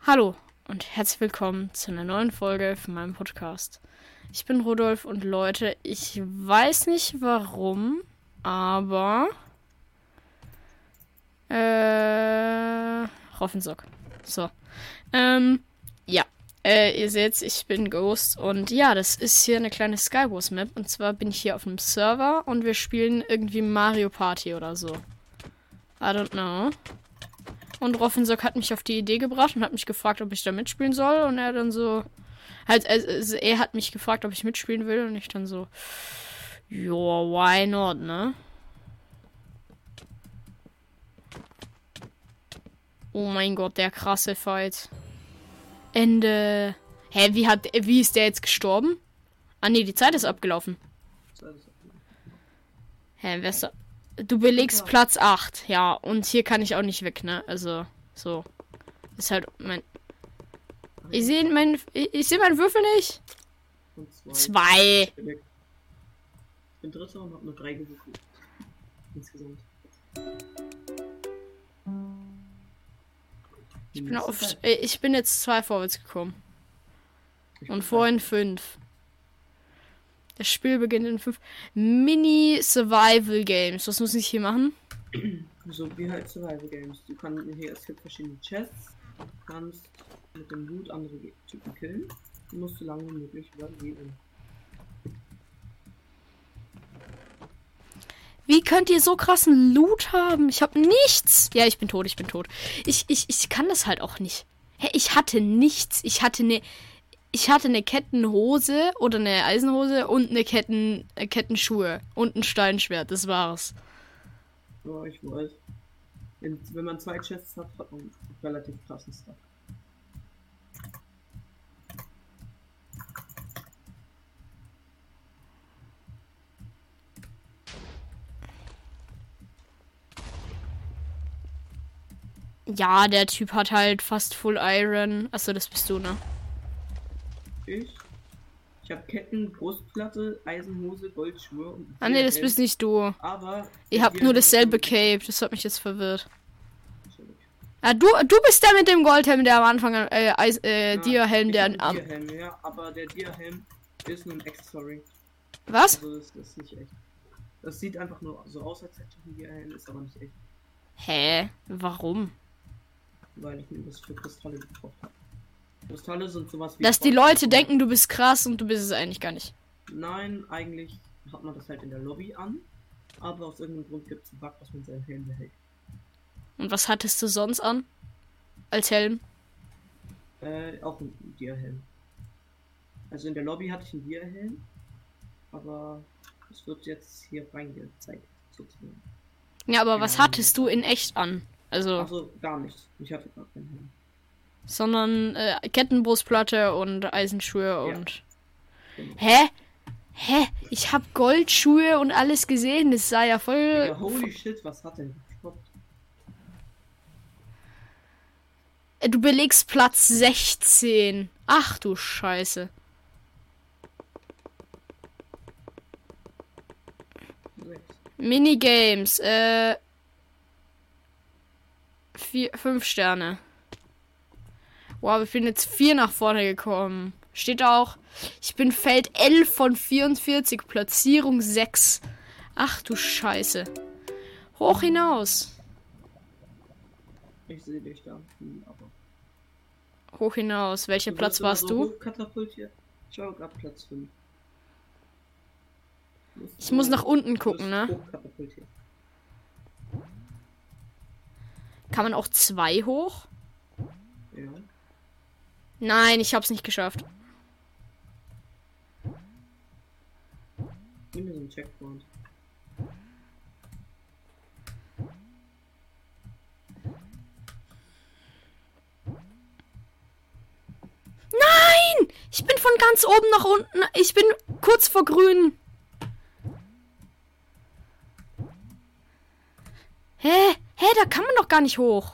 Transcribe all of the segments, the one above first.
Hallo und herzlich willkommen zu einer neuen Folge von meinem Podcast. Ich bin Rudolf und Leute, ich weiß nicht warum, aber Roffensock. So. Ja. Ihr seht, ich bin Ghost und ja, das ist hier eine kleine Skywars Map und zwar bin ich hier auf einem Server und wir spielen irgendwie Mario Party oder so. I don't know. Und Roffensock hat mich auf die Idee gebracht und hat mich gefragt, ob ich da mitspielen soll. Und er dann so... Also er hat mich gefragt, ob ich mitspielen will. Und ich dann so... Joa, why not, ne? Oh mein Gott, der krasse Fight. Ende. Hä, wie ist der jetzt gestorben? Ah, nee, die Zeit ist abgelaufen. Hä, wer ist da? Du belegst Platz 8, ja. Und hier kann ich auch nicht weg, ne? Also, so. Ist halt mein... Ich sehe meinen Würfel nicht. Und Zwei. Ich bin Dritter und hab nur 3 gewürfelt. Insgesamt. Ich bin jetzt 2 vorwärts gekommen. Und vorhin 5. Das Spiel beginnt in 5. Mini-Survival-Games. Was muss ich hier machen? So wie halt Survival Games. Du kannst hier, es gibt verschiedene Chests. Du kannst mit dem Loot andere Typen killen. Du musst so lange wie möglich überleben. Wie könnt ihr so krassen Loot haben? Ich habe nichts. Ja, ich bin tot. Ich kann das halt auch nicht. Hä, ich hatte nichts. Ich hatte eine Kettenhose oder eine Eisenhose und eine Kettenschuhe und ein Steinschwert. Das war's. Ja, ich weiß. Wenn man 2 Chests hat, hat man relativ krassen Stuff. Ja, der Typ hat halt fast Full Iron. Achso, das bist du, ne? Ich habe Ketten, Brustplatte, Eisenhose, Goldschuhe und... Ah ne, das bist nicht du. Aber... Ihr habt nur dasselbe Cape. Das hat mich jetzt verwirrt. Ah, du bist der mit dem Goldhelm, der am Anfang Dia-Helm, der am... Dia-Helm, ja, aber der Dia-Helm ist nur ein Accessory. Was? Also das ist nicht echt. Das sieht einfach nur so aus, als hätte ich ein Dia-Helm, ist aber nicht echt. Hä? Warum? Weil ich mir das für Kristalle gekauft habe. Kristalle sind sowas wie... Dass die Leute denken, du bist krass und du bist es eigentlich gar nicht. Nein, eigentlich hat man das halt in der Lobby an. Aber aus irgendeinem Grund gibt es einen Bug, dass man seinen Helm behält. Und was hattest du sonst an? Als Helm? Auch ein Dia-Helm. Also in der Lobby hatte ich einen Dia-Helm. Aber es wird jetzt hier reingezeigt, sozusagen. Ja, aber was hattest du in echt an? Also gar nichts. Ich hatte gar keinen Helm. Sondern Kettenbrustplatte und Eisenschuhe und... Genau. Hä? Ich hab Goldschuhe und alles gesehen. Das sah ja voll... Digga, holy shit, was hat denn gestoppt? Du belegst Platz 16. Ach du Scheiße. Minigames. 5 Sterne. Wow, wir sind jetzt 4 nach vorne gekommen. Steht auch, ich bin Feld 11 von 44, Platzierung 6. Ach du Scheiße. Hoch hinaus. Ich sehe dich da. Aber Hoch hinaus. Welcher Platz warst du? Katapultiert. Ich war gerade Platz 5. Ich muss nach unten gucken, ne? Kann man auch 2 hoch? Ja. Nein, ich hab's nicht geschafft. Nimm mir so einen Checkpoint. Nein! Ich bin von ganz oben nach unten. Ich bin kurz vor grün. Hä, da kann man doch gar nicht hoch.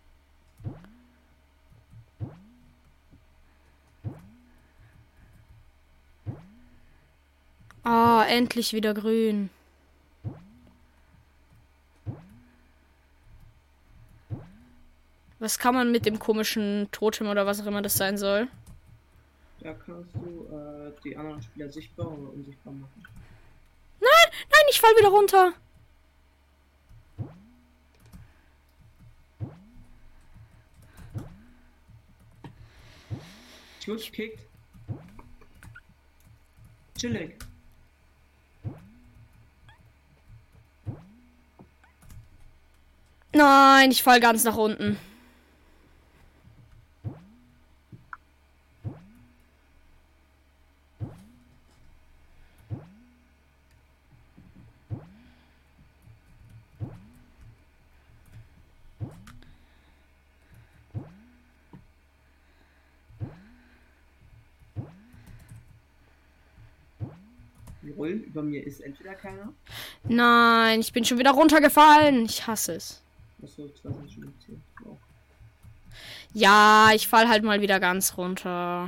Ah, endlich wieder grün. Was kann man mit dem komischen Totem oder was auch immer das sein soll? Da kannst du die anderen Spieler sichtbar oder unsichtbar machen. Nein, ich fall wieder runter. Ich wurde gekickt. Chillig. Nein, ich fall ganz nach unten. Jawohl, über mir ist entweder keiner. Nein, ich bin schon wieder runtergefallen. Ich hasse es. Achso, 2 sind schon im Ziel. Wow. Ja, ich fall halt mal wieder ganz runter.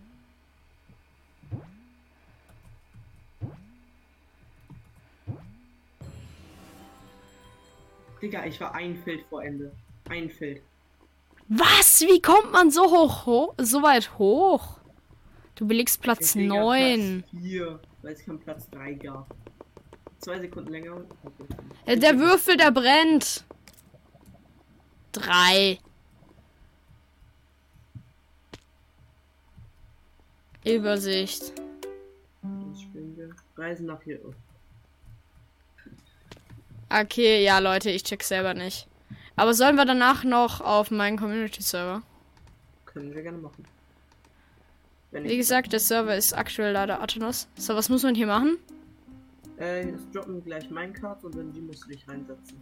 Digga, ich war ein Feld vor Ende. Ein Feld. Was? Wie kommt man so hoch? So weit hoch? Du belegst Platz Digga, 9. Platz 4, weil es keinen Platz 3 gab. 2 Sekunden länger. Der Würfel, der brennt. 3. Übersicht. Jetzt spielen wir. Reisen nach hier. Okay, ja, Leute, ich check selber nicht. Aber sollen wir danach noch auf meinen Community-Server? Können wir gerne machen. Wie gesagt, der Server ist aktuell leider Athenos. So, was muss man hier machen? Jetzt droppen gleich Minecart und dann die musst du dich reinsetzen.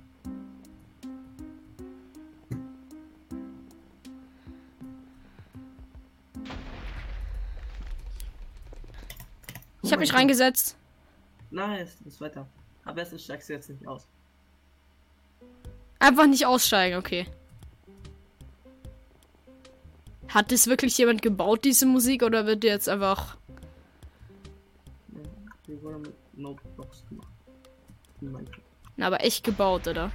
Ich habe mich reingesetzt. Nice, das ist weiter. Aber erstens steigst du jetzt nicht aus. Einfach nicht aussteigen, okay. Hat das wirklich jemand gebaut, diese Musik, oder wird die jetzt einfach... Ja, die wurde mit Notebox gemacht. In Minecraft. Na, aber echt gebaut, oder?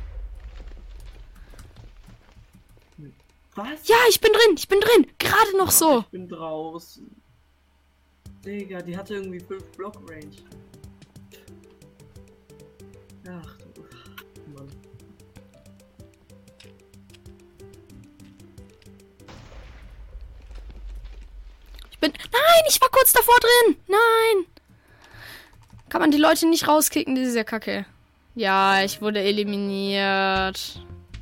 Was? Ja, ich bin drin, gerade noch so. Ich bin draußen. Digga, die hatte irgendwie 5 Block Range. Ach du Mann. Nein, ich war kurz davor drin. Nein. Kann man die Leute nicht rauskicken, das ist ja kacke. Ja, ich wurde eliminiert.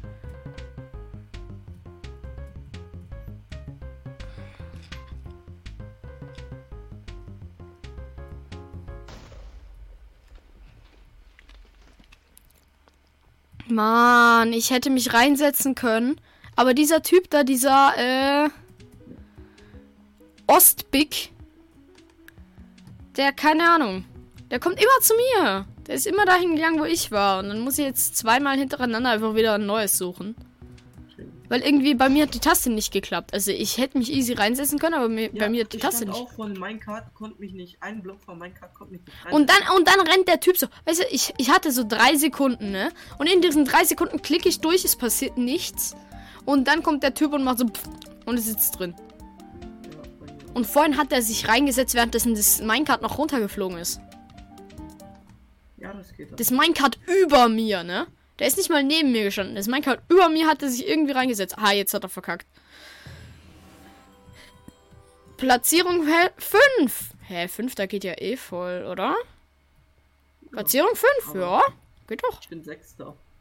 Mann, ich hätte mich reinsetzen können. Aber dieser Typ da, dieser, Ostbig, der, keine Ahnung, der kommt immer zu mir. Der ist immer dahin gegangen, wo ich war. Und dann muss ich jetzt zweimal hintereinander einfach wieder ein neues suchen. Weil irgendwie bei mir hat die Taste nicht geklappt. Also ich hätte mich easy reinsetzen können, aber bei mir hat die Taste nicht. Auch von Minecart konnte mich nicht. Ein Block von Minecart konnte mich nicht rein. Und dann rennt der Typ so. Weißt du, ich hatte so 3 Sekunden, ne? Und in diesen 3 Sekunden klicke ich durch, es passiert nichts. Und dann kommt der Typ und macht so pff, und es sitzt drin. Und vorhin hat er sich reingesetzt, währenddessen das Minecart noch runtergeflogen ist. Ja, das geht auch. Das Minecart über mir, ne? Der ist nicht mal neben mir gestanden. Das Minecart über mir hat er sich irgendwie reingesetzt. Ah, jetzt hat er verkackt. Platzierung 5. Hä, 5, da geht ja eh voll, oder? Ja. Platzierung 5, ja. Geht doch. Ich bin 6.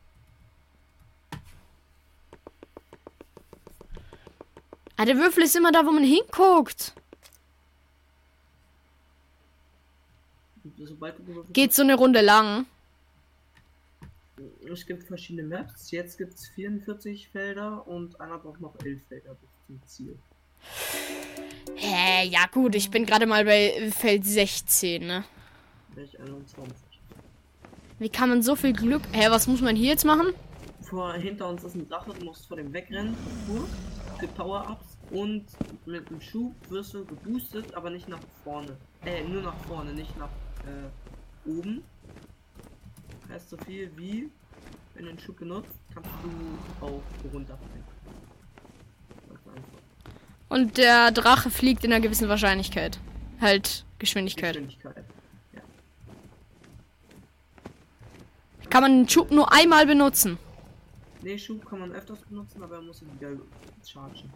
Ah, der Würfel ist immer da, wo man hinguckt. Geht so eine Runde lang. Es gibt verschiedene Maps. Jetzt gibt es 44 Felder und einer braucht noch 11 Felder bis zum Ziel. Hä, ja gut, ich bin gerade mal bei Feld 16, ne? Welch 21. Wie kann man so viel Glück... Hä, was muss man hier jetzt machen? Hinter uns ist ein Drache, du musst vor dem wegrennen. Es gibt Power-Ups und mit dem Schub wirst du geboostet, aber nicht nach vorne. Nur nach vorne, nicht nach oben. Heißt so viel wie, wenn du den Schub benutzt, kannst du auch runterfallen. Und der Drache fliegt in einer gewissen Wahrscheinlichkeit. Halt Geschwindigkeit. Ja. Kann man den Schub nur einmal benutzen? Nee, Schub kann man öfters benutzen, aber er muss ihn wieder chargen.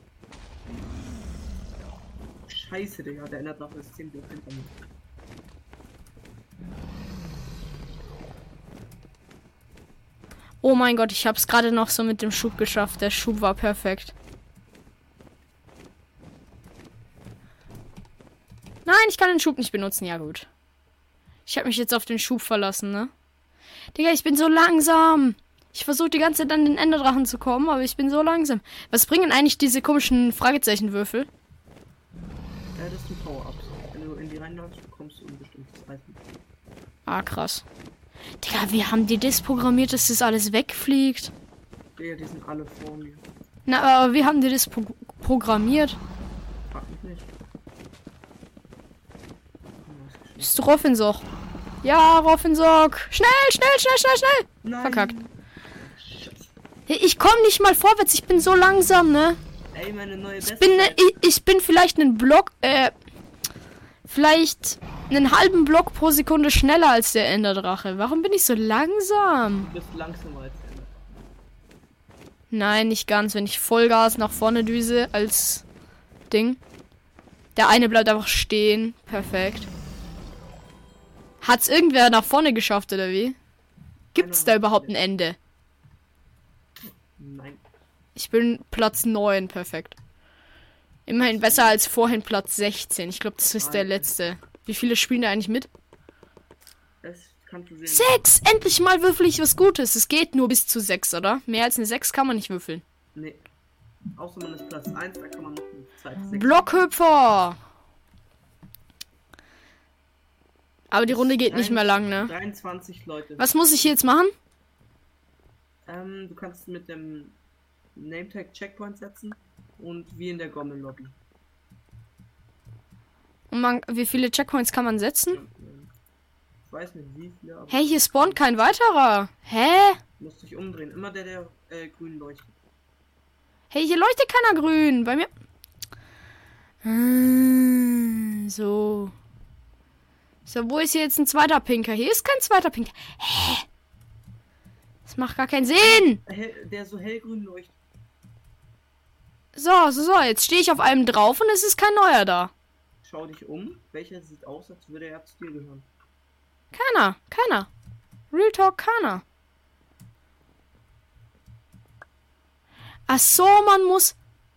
Scheiße, Digga, der Enderdrache ist 10 Blöcke hinter mir. Oh mein Gott, ich hab's gerade noch so mit dem Schub geschafft. Der Schub war perfekt. Nein, ich kann den Schub nicht benutzen. Ja gut. Ich habe mich jetzt auf den Schub verlassen, ne? Digga, ich bin so langsam. Ich versuche die ganze Zeit an den Enderdrachen zu kommen, aber ich bin so langsam. Was bringen eigentlich diese komischen Fragezeichenwürfel? Ja, das sind Power-Ups. Wenn du in die reinläufst, bekommst du ein bestimmtes Item. Ah, krass. Digga, wie haben die das programmiert, dass das alles wegfliegt? Digga, die sind alle vor mir. Na, aber wie haben die das programmiert? Frag mich nicht. Bist du Roffinsock? Ja, Roffinsock! Schnell, schnell, schnell, schnell, schnell! Nein. Verkackt. Ich komme nicht mal vorwärts, ich bin so langsam, ne? Ey, meine neue Ich bin vielleicht einen Block, vielleicht einen halben Block pro Sekunde schneller als der Enderdrache. Warum bin ich so langsam? Du bist langsamer als Ender. Nein, nicht ganz. Wenn ich Vollgas nach vorne düse als Ding. Der eine bleibt einfach stehen. Perfekt. Hat's irgendwer nach vorne geschafft, oder wie? Gibt's da überhaupt ein Ende? Nein. Ich bin Platz 9. Perfekt. Immerhin besser als vorhin Platz 16. Ich glaube, das ist der letzte. Wie viele spielen da eigentlich mit? Das kannst du sehen. 6! Endlich mal würfel ich was Gutes. Es geht nur bis zu 6, oder? Mehr als eine 6 kann man nicht würfeln. Nee. Außer man ist Platz 1, da kann man noch eine Zeit 6. Blockhüpfer! Aber die Runde geht nicht mehr lang, ne? 23 Leute. Was muss ich jetzt machen? Du kannst mit dem Nametag Checkpoint setzen und wie in der Gommel-Lobby. Und wie viele Checkpoints kann man setzen? Ich weiß nicht wie viele, aber Hey, hier spawnt kein weiterer. Hä? musst dich umdrehen. Immer der grün leuchtet. Hey, hier leuchtet keiner grün. Bei mir. So. So, wo ist hier jetzt ein zweiter Pinker? Hier ist kein zweiter Pinker. Hä? Das macht gar keinen Sinn. Der so hellgrün leuchtet. So. Jetzt stehe ich auf einem drauf und es ist kein neuer da. Schau dich um. Welcher sieht aus, als würde er zu dir gehören? Keiner. Real Talk, keiner. Ach so, man muss...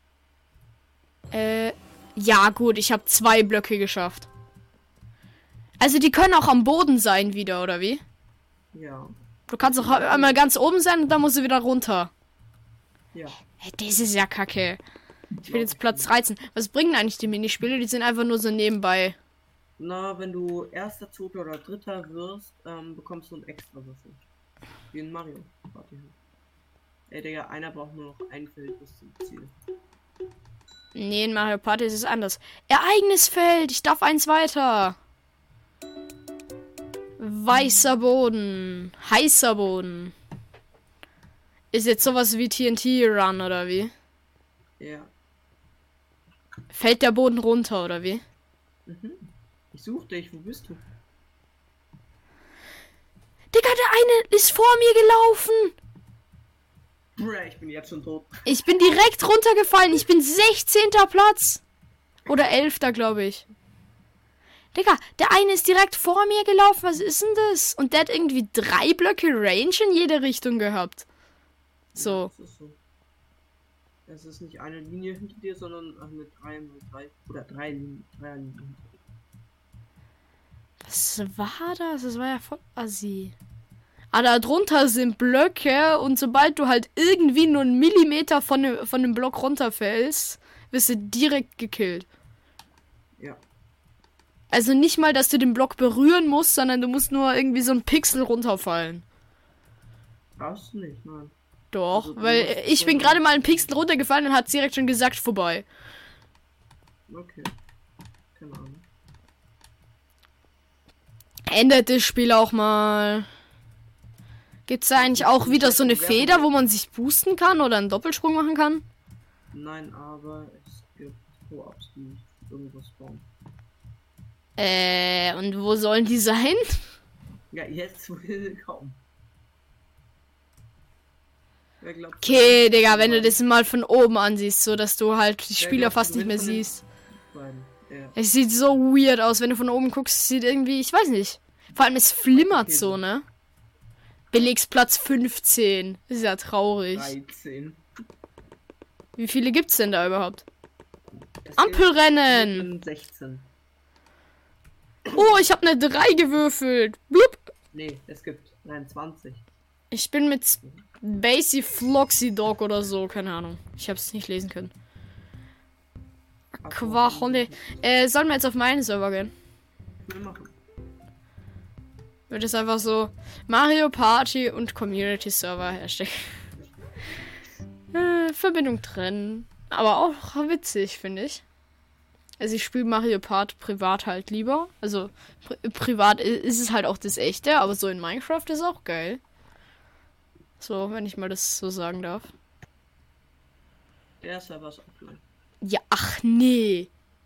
Ja gut, ich habe 2 Blöcke geschafft. Also die können auch am Boden sein wieder, oder wie? Ja. Du kannst auch einmal ganz oben sein und dann musst du wieder runter. Ja. Hey, das ist ja kacke. Ich bin jetzt Platz 13. Was bringen eigentlich die Minispiele? Die sind einfach nur so nebenbei. Na, wenn du erster, zweiter oder dritter wirst, bekommst du einen extra Würfel. Wie in Mario. Warte hier. Ey, Digga, einer braucht nur noch ein Feld bis zum Ziel. Nee, in Mario Party ist es anders. Ereignis Feld. Ich darf eins weiter. Weißer Boden. Heißer Boden. Ist jetzt sowas wie TNT Run, oder wie? Ja. Fällt der Boden runter, oder wie? Mhm. Ich such dich, wo bist du? Digga, der eine ist vor mir gelaufen. Bruh, ich bin jetzt schon tot. Ich bin direkt runtergefallen. Ich bin 16. Platz. Oder 11. glaube ich. Digga, der eine ist direkt vor mir gelaufen. Was ist denn das? Und der hat irgendwie 3 Blöcke Range in jede Richtung gehabt. So. Ja, das ist so. Es ist nicht eine Linie hinter dir, sondern eine 3x3 oder 3 Linien. Was war das? Das war ja voll assi. Ah, da drunter sind Blöcke und sobald du halt irgendwie nur einen Millimeter von dem Block runterfällst, wirst du direkt gekillt. Ja. Also nicht mal, dass du den Block berühren musst, sondern du musst nur irgendwie so ein Pixel runterfallen. Brauchst du nicht, nein. Doch, Also, weil ich bin gerade mal ein Pixel runtergefallen und hat direkt schon gesagt, vorbei. Okay. Keine Ahnung. Ändert das Spiel auch mal. Gibt's da eigentlich auch wieder so eine Feder, wo man sich boosten kann oder einen Doppelsprung machen kann? Nein, aber es gibt Power-Ups, die irgendwo spawnen. Und wo sollen die sein? Ja, jetzt will kaum. Wer glaubt, Okay, Digga, wenn du das mal von oben ansiehst, so dass du halt die Wer Spieler glaubt, fast du nicht mehr gewinnst von den siehst. beiden? Ja. Es sieht so weird aus, wenn du von oben guckst, es sieht irgendwie, ich weiß nicht. Vor allem es flimmert Okay, so, ne? Belegsplatz 15. Ist ja traurig. 13. Wie viele gibt's denn da überhaupt? Es Ampelrennen! gibt 16. Oh, ich habe eine 3 gewürfelt. Blub. Nee, es gibt 20. Ich bin mit Basie Floxy Dog oder so, keine Ahnung. Ich habe es nicht lesen können. Quachonde. Sollen wir jetzt auf meinen Server gehen? Wird es einfach so Mario Party und Community Server Hashtag. Verbindung trennen. Aber auch witzig, finde ich. Also ich spiele Mario Party privat halt lieber. Also privat ist es halt auch das echte, aber so in Minecraft ist auch geil. So, wenn ich mal das so sagen darf. Der Server ist offline. Ja, ach nee.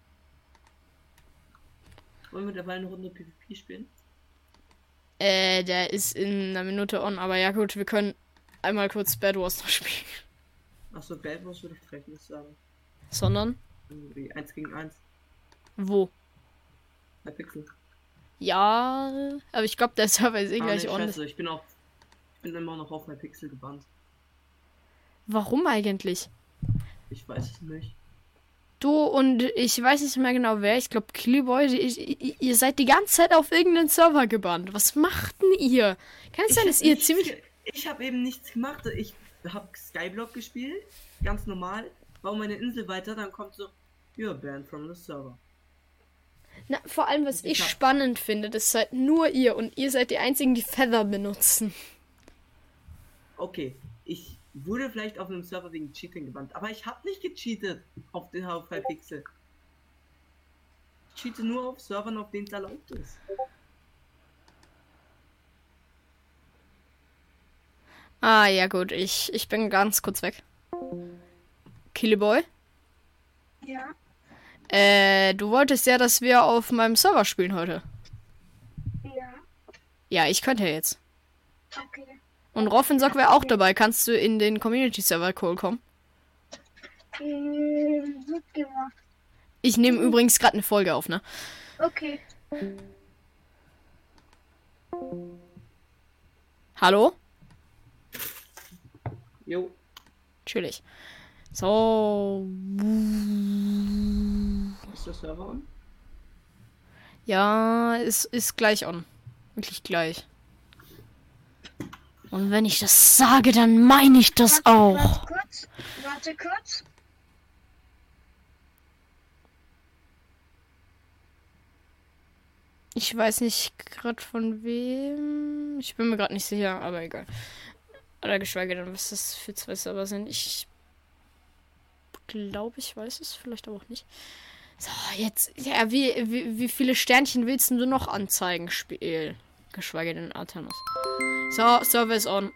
Wollen wir dabei eine Runde PvP spielen? Der ist in einer Minute on, aber ja gut, wir können einmal kurz Bad Wars noch spielen. Achso, Bad Wars würde ich vielleicht nicht sagen. Sondern? Irgendwie 1 gegen 1. Wo? Bei Pixel. Ja, aber ich glaube, der Server ist gleich nee, on. scheiße, ich bin immer noch auf mein Pixel gebannt. Warum eigentlich? Ich weiß es nicht. Du und ich weiß nicht mehr genau wer. Ich glaube, Killyboy, ihr seid die ganze Zeit auf irgendeinen Server gebannt. Was macht denn ihr? Kann es sein, dass ihr ziemlich... Ich habe eben nichts gemacht. Ich habe Skyblock gespielt. Ganz normal. Baue meine Insel weiter. Dann kommt so... You're banned from the server. Na, vor allem, was ich spannend finde, das seid nur ihr. Und ihr seid die einzigen, die Feather benutzen. Okay. Ich wurde vielleicht auf einem Server wegen Cheating gebannt. Aber ich habe nicht gecheatet auf den Hypixel. Ich cheate nur auf Servern, auf denen es erlaubt ist. Ah, ja gut, ich bin ganz kurz weg. Killyboy? Ja. Du wolltest ja, dass wir auf meinem Server spielen heute. Ja. Ja, ich könnte ja jetzt. Okay. Und Roffensock wäre auch dabei. Kannst du in den Community-Server-Call kommen? Gut gemacht. Ich nehme übrigens gerade eine Folge auf, ne? Okay. Hallo? Jo. Natürlich. So. Ist der Server on? Ja, es ist gleich on. Wirklich gleich. Und wenn ich das sage, dann meine ich das auch. Warte kurz. Ich weiß nicht gerade von wem. Ich bin mir gerade nicht sicher, aber egal. Oder geschweige denn, was das für zwei Server sind. Ich glaube, ich weiß es, vielleicht aber auch nicht. So, jetzt. Ja, wie viele Sternchen willst du noch anzeigen, Spiel? Geschweige denn Artemis. So, Server ist on.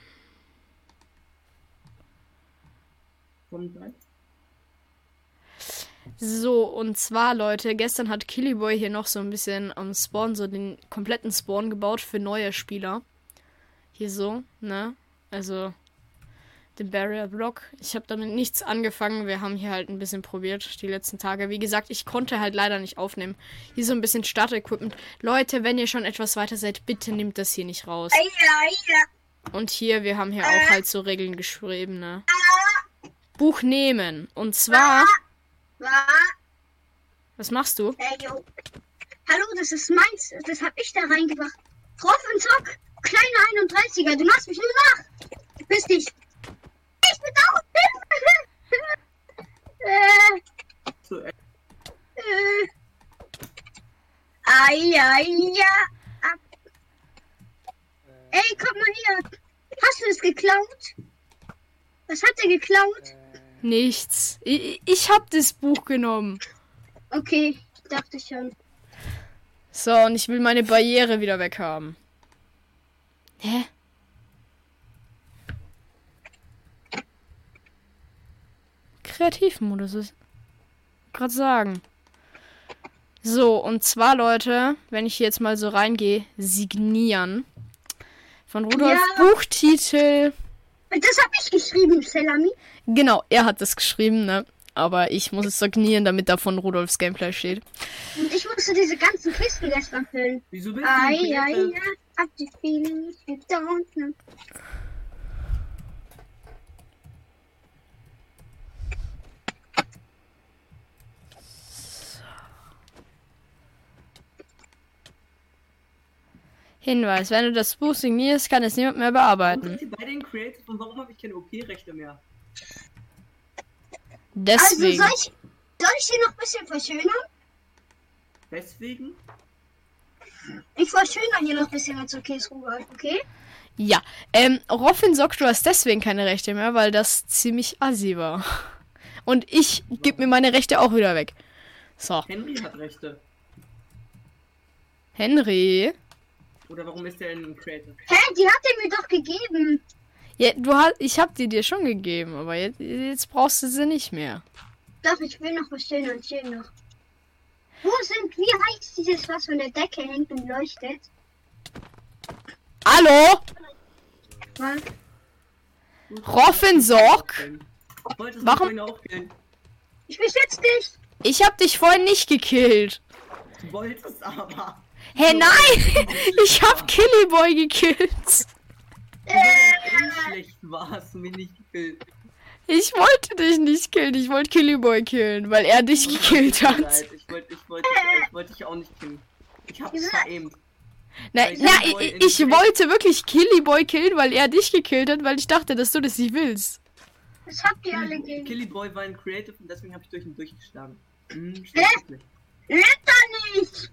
So, und zwar, Leute, gestern hat Killyboy hier noch so ein bisschen am Spawn, so den kompletten Spawn gebaut für neue Spieler. Hier so, ne? Also, den Barrier Block. Ich habe damit nichts angefangen. Wir haben hier halt ein bisschen probiert die letzten Tage. Wie gesagt, ich konnte halt leider nicht aufnehmen. Hier so ein bisschen Starter-Equipment. Leute, wenn ihr schon etwas weiter seid, bitte nehmt das hier nicht raus. Und hier, wir haben hier auch halt so Regeln geschrieben, ne? Buch nehmen. Und zwar... Was machst du? Hey, yo. Hallo, das ist meins. Das hab ich da reingebracht. Drauf und Zock. Kleiner 31er. Du machst mich nur nach. Bist dich. Ich bin auch. Ja. Ey, komm mal her. Hast du es geklaut? Was hat er geklaut? Nichts. Ich hab das Buch genommen. Okay, dachte ich schon. So, und ich will meine Barriere wieder weghaben. Hä? Kreativmodus ist. gerade sagen. So, und zwar, Leute, wenn ich hier jetzt mal so reingehe, signieren. Von Rudolf Ja. Buchtitel. Das habe ich geschrieben, Selami. Genau, er hat das geschrieben, ne? Aber ich muss es signieren, damit da von Rudolfs Gameplay steht. Und ich musste diese ganzen Kisten gestern füllen. Wieso bist du Ai, denn ai, Creative? ai, up the feeling if you don't know. Hinweis, wenn du das Buch signierst, kann es niemand mehr Warum bearbeiten. seid ihr beide in Creative und warum habe ich keine OP-Rechte mehr? Deswegen. Also soll ich sie noch ein bisschen verschönern? Deswegen? Ich verschönere hier noch ein bisschen, wenn es okay ist, Rudolf, okay? Ja. Roffin sagt, du hast deswegen keine Rechte mehr, weil das ziemlich assi war. Und ich gebe mir meine Rechte auch wieder weg. So. Henry hat Rechte. Henry. Oder warum ist der in Creative? Hä, die hat er mir doch gegeben. Ja, ich hab die dir schon gegeben, aber jetzt brauchst du sie nicht mehr. Doch, ich will noch was schönern, schön noch. Wie heißt dieses, was von der Decke hängt und leuchtet? Hallo? Was? Roffin Sorg? Wolltest Warum? du ihn auch killen? Ich beschütze dich. Ich hab dich vorhin nicht gekillt. Du wolltest aber. Hä, nein! Ich hab Killyboy gekillt. Weil du schlecht war, hast du mich nicht gekillt. Ich wollte dich nicht killen, ich wollte Killyboy killen, weil er dich gekillt hat. Leid, ich wollte dich auch nicht killen. Ich hab's veraimt. Na, Ich na, hab Boy in ich Creative- wollte wirklich Killyboy killen, weil er dich gekillt hat, weil ich dachte, dass du das nicht willst. Das habt ihr alle gegen. Killyboy war in Creative und deswegen habe ich durch ihn durchgeschlagen. Nicht. Lügt doch nicht.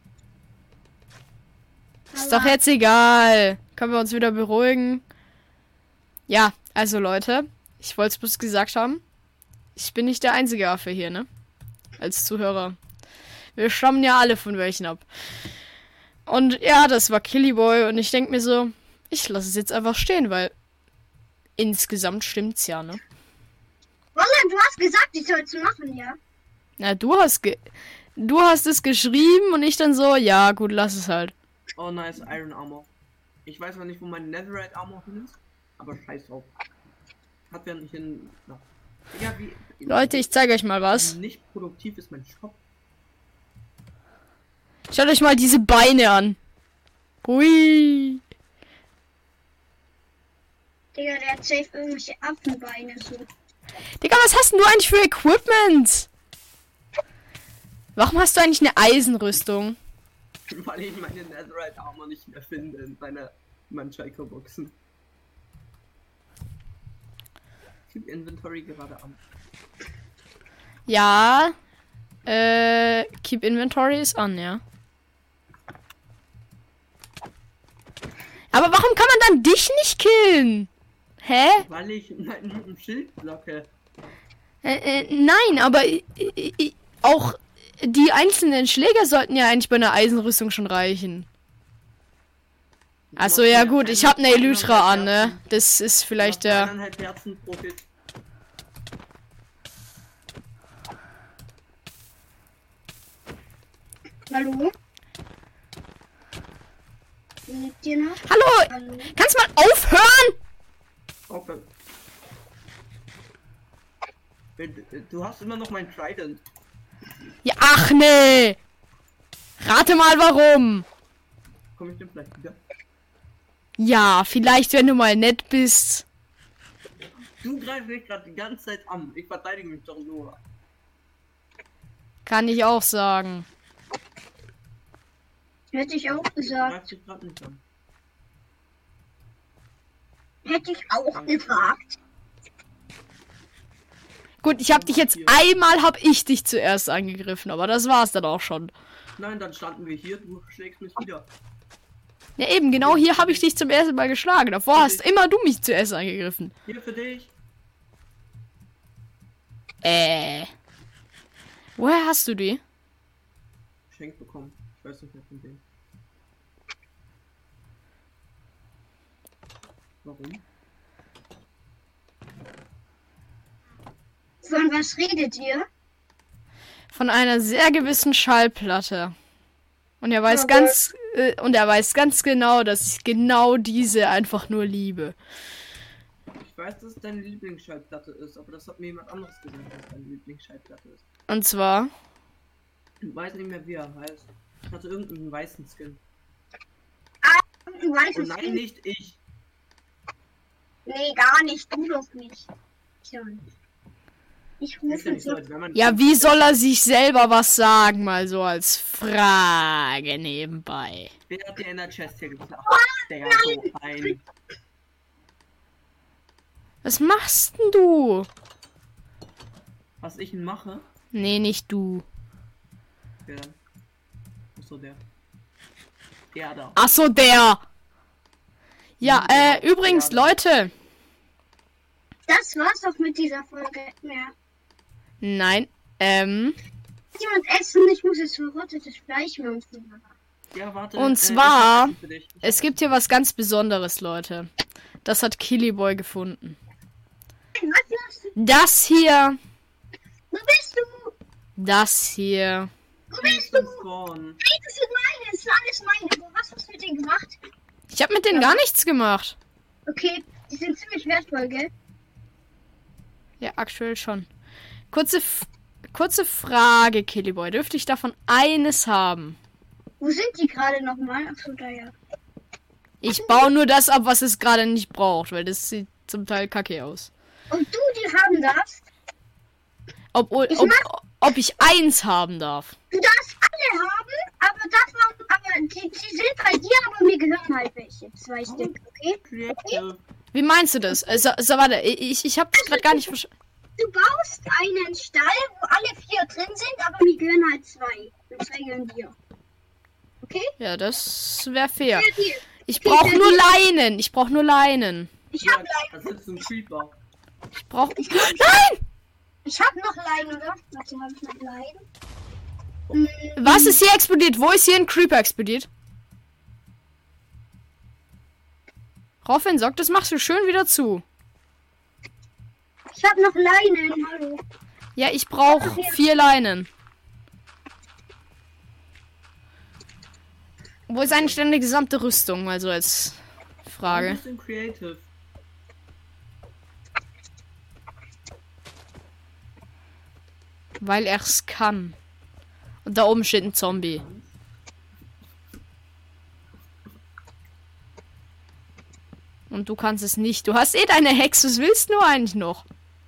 Ist doch jetzt egal. Können wir uns wieder beruhigen? Ja, also Leute, ich wollte es bloß gesagt haben. Ich bin nicht der einzige Affe hier, ne? Als Zuhörer. Wir stammen ja alle von welchen ab. Und ja, das war Killyboy und ich denke mir so, ich lasse es jetzt einfach stehen, weil insgesamt stimmt's ja, ne? Wallah, du hast gesagt, ich soll es machen, ja? Na, du hast es geschrieben und ich dann so, ja, gut, lass es halt. Oh, nice Iron Armor. Ich weiß noch nicht, wo mein Netherite Armor hin ist, aber scheiß drauf. Hat wir nicht hin. Na. Ja, wie. Leute, ich zeige euch mal was. Nicht produktiv ist mein Shop. Schaut euch mal diese Beine an. Hui. Digga, der hat safe irgendwelche Affenbeine so. Digga, was hast denn du eigentlich für Equipment? Warum hast du eigentlich eine Eisenrüstung? Weil ich meine Netherite Armor nicht mehr finde in meinen Chaiko-Boxen. Keep Inventory gerade an. Ja. Keep Inventory ist an, ja. Aber warum kann man dann dich nicht killen? Hä? Weil ich ein Schild blocke. Nein, aber auch die einzelnen Schläger sollten ja eigentlich bei einer Eisenrüstung schon reichen. Achso, ja gut, ich habe eine Elytra an, ne? Das ist vielleicht der... 1,5 Herzen pro Hit. Hallo? Lebt ihr noch? Hallo, Hallo? kannst du mal aufhören? Okay. Du hast immer noch mein Trident. Ja, ach nee. Rate mal warum. Komm ich denn vielleicht wieder? Ja, vielleicht wenn du mal nett bist. Du greifst mich gerade die ganze Zeit an. Ich verteidige mich doch nur. Kann ich auch sagen. Hätte ich auch gesagt. Greifst dich gerade nicht an. Hätte ich auch gesagt. Gut, ich habe dich jetzt einmal, hab ich dich zuerst angegriffen, aber das war's dann auch schon. Nein, dann standen wir hier. Du schlägst mich wieder. Ja eben, genau hier habe ich dich zum ersten Mal geschlagen. Davor hast immer du mich zuerst angegriffen. Hier für dich. Woher hast du die? Geschenkt bekommen. Ich weiß nicht mehr von wem. Warum? Von was redet ihr? Von einer sehr gewissen Schallplatte. Und er weiß ganz genau, dass ich genau diese einfach nur liebe. Ich weiß, dass es deine Lieblingsschallplatte ist, aber das hat mir jemand anderes gesagt, dass deine Lieblingsschallplatte ist. Und zwar, Ich weiß nicht mehr, wie er heißt. Ich hatte irgendeinen weißen Skin. Du weißt Oh es nein, nicht ich. Nee, gar nicht. Du doch nicht. Tja. Ich Ist ja rufe nicht so, so. als wenn man ja, wie soll er sich selber was sagen? Mal so als Frage nebenbei. Wer hat dir in der Chest hier gesagt? Der so ein. Was machst denn du? Was ich mache? Nee, nicht du. Wer dann? Achso, der. Der da. Ach so, der. Ja, übrigens, Leute. Das war's doch mit dieser Folge. Ja. Nein, Jemand essen, ich muss jetzt verrottetes Fleisch mehr und so. Ja, warte. Und ich zwar, hab was für dich. es gibt hier was ganz Besonderes, Leute. Das hat Killyboy gefunden. Was machst du? Das hier, Wo bist du? das hier. Wo Ich bist du? bin Spawn. Hey, das sind meine, das sind alles meine. Aber was hast du mit denen gemacht? Ich habe mit denen gar nichts gemacht. Okay, die sind ziemlich wertvoll, gell? Ja, aktuell schon. Kurze Frage, Killyboy. Dürfte ich davon eines haben? Wo sind die gerade nochmal? Achso, da ja. Ich baue nur das ab, was es gerade nicht braucht, weil das sieht zum Teil kacke aus. Und du die haben darfst? Ob ich eins haben darf. Du darfst alle haben, aber die sind bei dir, aber mir gehören halt welche. 2 Stück, okay? Creative. Wie meinst du das? Warte, ich habe das gerade gar nicht verstanden. Du baust einen Stall, wo alle 4 drin sind, aber mir gehören halt 2. Und 2 gehören dir. Okay? Ja, das wäre fair. Ja, dir. Ich brauche nur Leinen. Ich brauche nur Leinen. Ich Ja, hab Leinen. da sitzt ein Creeper. Ich brauche... Nein! Ich hab noch Leinen, oder? Warte, hab ich noch Leinen? Was ist hier explodiert? Wo ist hier ein Creeper explodiert? Roffin, sag, das machst du schön wieder zu. Ich hab noch Leinen, hallo. Ja, ich brauche 4 Leinen. Wo ist eigentlich deine gesamte Rüstung? Mal so als Ein Frage. bisschen Creative. Weil er's kann. Und da oben steht ein Zombie. Und du kannst es nicht. Du hast eh deine Hexe. Was willst du eigentlich noch?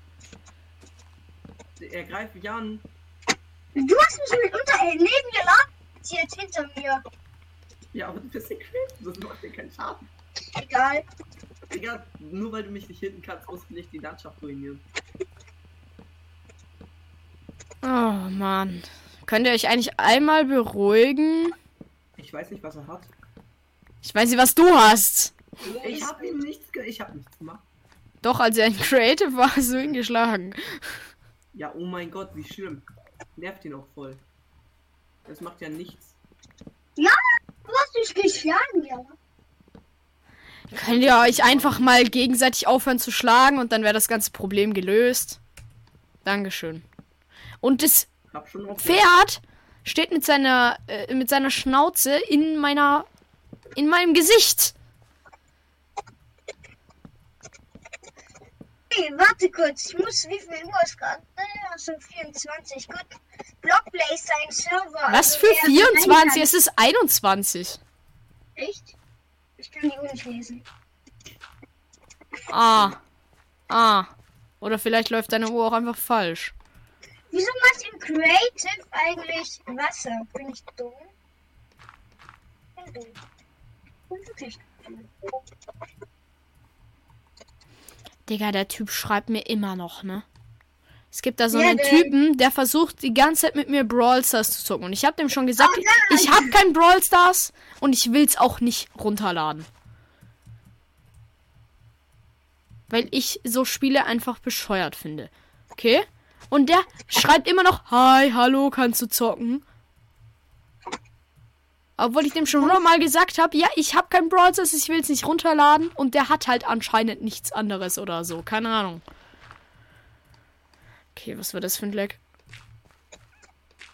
Er greift mich an. Du hast mich mit neben mir lang. Sie jetzt hinter mir. Ja, aber du bist ein Creative. Das macht dir keinen Schaden. Egal. Digga, nur weil du mich nicht hinten kannst, musst du nicht die Landschaft ruinieren. Oh Mann. Könnt ihr euch eigentlich einmal beruhigen? Ich weiß nicht, was er hat. Ich weiß nicht, was du hast. Ich hab ihm nichts gemacht. Doch, als er ein Creative war, hast du ihn geschlagen. Ja, oh mein Gott, wie schlimm. Nervt ihn auch voll. Das macht ja nichts. Ja, du hast mich geschlagen, ja. Könnt ihr euch einfach mal gegenseitig aufhören zu schlagen und dann wäre das ganze Problem gelöst. Dankeschön. Und das Hab schon auf Pferd steht mit seiner Schnauze in meinem Gesicht. Hey, warte kurz, ich muss, wie viel Uhr ist gerade? Also 24, gut. Blockplay ist ein Server. Was also für wer 24? Es ist 21. Echt? Ich kann die Uhr nicht lesen. Oder vielleicht läuft deine Uhr auch einfach falsch. Wieso macht im Creative eigentlich Wasser? Bin ich dumm? Bin dumm. Bin wirklich dumm. Digga, der Typ schreibt mir immer noch, ne? Es gibt da so Ja, einen Typen, der versucht die ganze Zeit mit mir Brawl Stars zu zocken. Und ich habe dem schon gesagt, Oh nein! ich habe kein Brawl Stars und ich will's auch nicht runterladen. Weil ich so Spiele einfach bescheuert finde. Okay? Und der schreibt immer noch, hi, hallo, kannst du zocken? Obwohl ich dem schon 100-mal gesagt habe, ja, ich habe kein Brawl Stars, ich will es nicht runterladen. Und der hat halt anscheinend nichts anderes oder so. Keine Ahnung. Okay, was war das für ein Leck?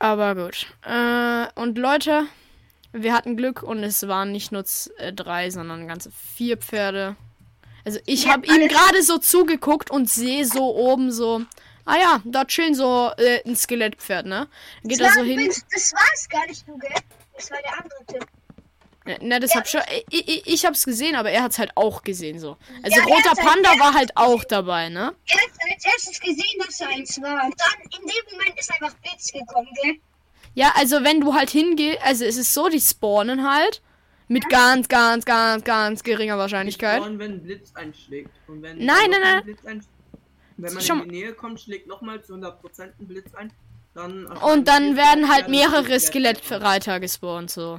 Aber gut. Und Leute, wir hatten Glück und es waren nicht nur 3, sondern ganze 4 Pferde. Also ich habe ihm gerade so zugeguckt und sehe so oben so, ah ja, da chillen so ein Skelettpferd, ne? Dann geht er so hin. Das war es gar nicht, du, gell? Das war der andere Typ. Ne, das hab schon. Ich hab's gesehen, aber er hat's halt auch gesehen so. Also Ja, Roter er hat's Panda halt war halt auch dabei, ne? Er hat als erstes gesehen, dass er eins war. Und dann in dem Moment ist einfach Blitz gekommen, gell? Ja, also wenn du halt hingehst, also es ist so, die spawnen halt mit ganz geringer Wahrscheinlichkeit. Und wenn ein Blitz einschlägt. Und wenn Nein. Wenn man Schon- in die Nähe kommt, schlägt nochmal zu 100% ein Blitz ein. Dann Und dann werden halt mehrere Skelett. Skelettreiter gespawnt, so.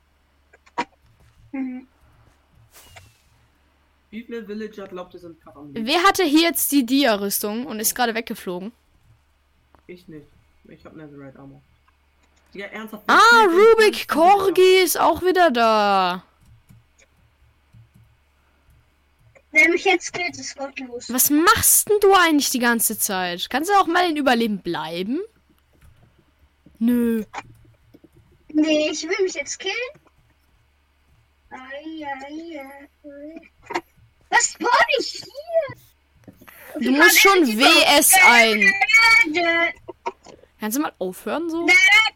Mhm. Wie viele Villager glaubt ihr sind Karam? Wer hatte hier jetzt die Dia-Rüstung und ist gerade weggeflogen? Ich nicht. Ich hab Netherite Armor. Ja, ernsthaft. Ah, Rubik Corgi ist auch wieder da. Wer mich jetzt killt, ist gottlos. Was machst denn du eigentlich die ganze Zeit? Kannst du auch mal in Überleben bleiben? Nö. Nee, ich will mich jetzt killen. Was spawn ich hier? Du musst schon WS ein. Kannst du mal aufhören so?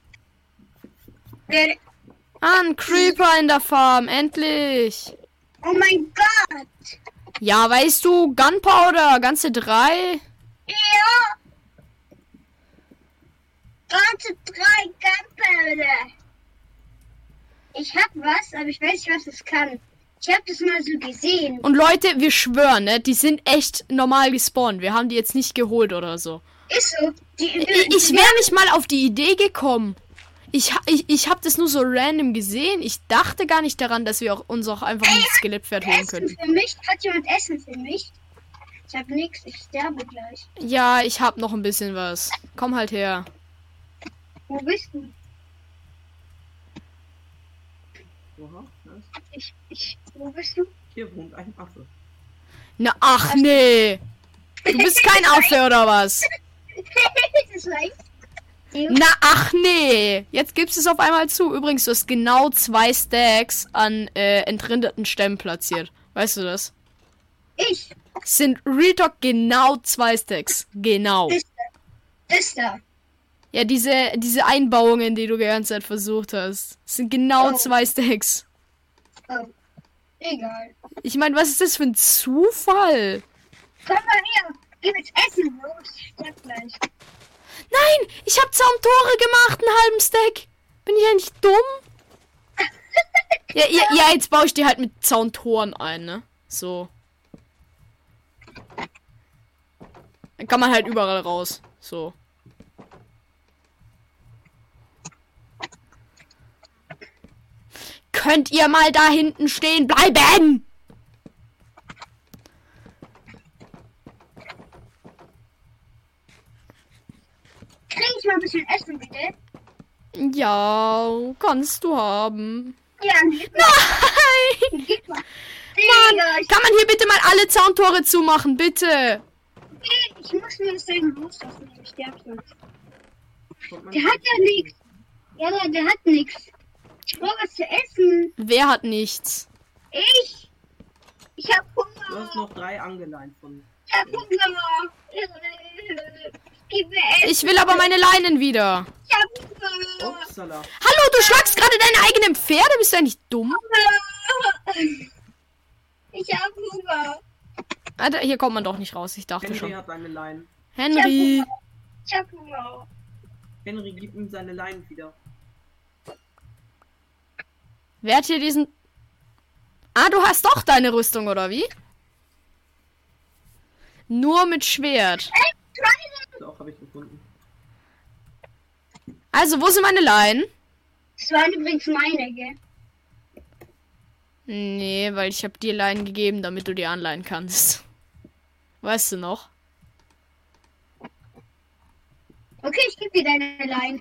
Ah, ein Creeper in der Farm, endlich. Oh mein Gott. Ja, weißt du, Gunpowder, ganze 3. Ja. Ganze 3 Gunpowder. Ich hab was, aber ich weiß nicht, was es kann. Ich hab das mal so gesehen. Und Leute, wir schwören, ne, die sind echt normal gespawnt. Wir haben die jetzt nicht geholt oder so. Ist so. Ich wäre nicht mal auf die Idee gekommen. Ich hab das nur so random gesehen. Ich dachte gar nicht daran, dass wir uns auch einfach ein Skelettpferd holen Essen könnten. für mich? Hat jemand Essen für mich? Ich hab nichts, ich sterbe gleich. Ja, ich hab noch ein bisschen was. Komm halt her. Wo bist du? Oha, nice. Wo bist du? Hier wohnt ein Affe. Na, ach nee. Du bist kein Affe oder was? Das war ich. Na, ach nee. Jetzt gibst es auf einmal zu. Übrigens, du hast genau 2 Stacks an entrinderten Stämmen platziert. Weißt du das? Ich. Es sind Real Talk genau 2 Stacks. Genau. Das da. Ja, diese Einbauungen, die du die ganze Zeit versucht hast. Es sind genau Oh. 2 Stacks. Oh. Egal. Ich meine, was ist das für ein Zufall? Komm mal her. Gib jetzt Essen. Los. Ich sterb gleich. Nein, ich habe Zauntore gemacht, einen halben Stack. Bin ich eigentlich dumm? Ja, jetzt baue ich die halt mit Zauntoren ein, ne? So. Dann kann man halt überall raus. So. Könnt ihr mal da hinten stehen bleiben? Krieg ich mal ein bisschen Essen, bitte? Ja, kannst du haben. Ja, gib mal. Nein! Gib mal. Mann, kann man hier bitte mal alle Zauntore zumachen, bitte? Ich muss mir das Ding loslassen. Ich sterb sonst. Kommt man Der hat ja nichts. Ja, der hat nichts. Ich brauche was zu essen. Wer hat nichts? Ich. Ich hab Du Hunger. hast noch 3 angeleint von. Ich hab Hunger. Gib mir Essen. Ich will aber meine Leinen wieder. Ich hab Hunger. Upsala. Hallo, du schlagst gerade deine eigenen Pferde? Bist du eigentlich dumm? Ich hab Hunger. Alter, hier kommt man doch nicht raus. Ich dachte Henry schon. hat seine Leinen. Henry. Ich hab Hunger. Henry, gib ihm seine Leinen wieder. Wer hat hier diesen... Ah, du hast doch deine Rüstung, oder wie? Nur mit Schwert. Doch, habe ich gefunden. Also, wo sind meine Leinen? Das waren übrigens meine, gell? Nee, weil ich habe dir Leinen gegeben, damit du die anleihen kannst. Weißt du noch? Okay, ich geb dir deine Line.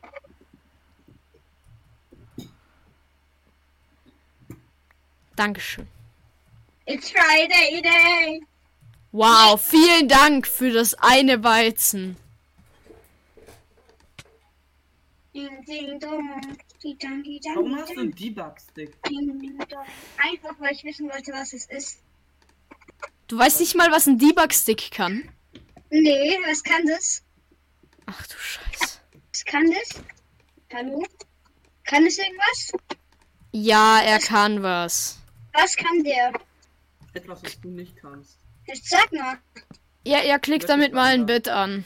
Dankeschön. It's Friday day. Wow, vielen Dank für das eine Weizen. Ding, ding, dong. Die, dang, die, dang, Warum die, hast du dang. einen Debug-Stick? Ding, ding, dong. Einfach, weil ich wissen wollte, was es ist. Du weißt nicht mal, was ein Debug-Stick kann? Nee, was kann das? Ach du Scheiße. Was kann das? Hallo? Kann es irgendwas? Ja, er kann was. Was kann der? Etwas, was du nicht kannst. Jetzt sag mal. Ja, er klickt damit mal ein Bett an.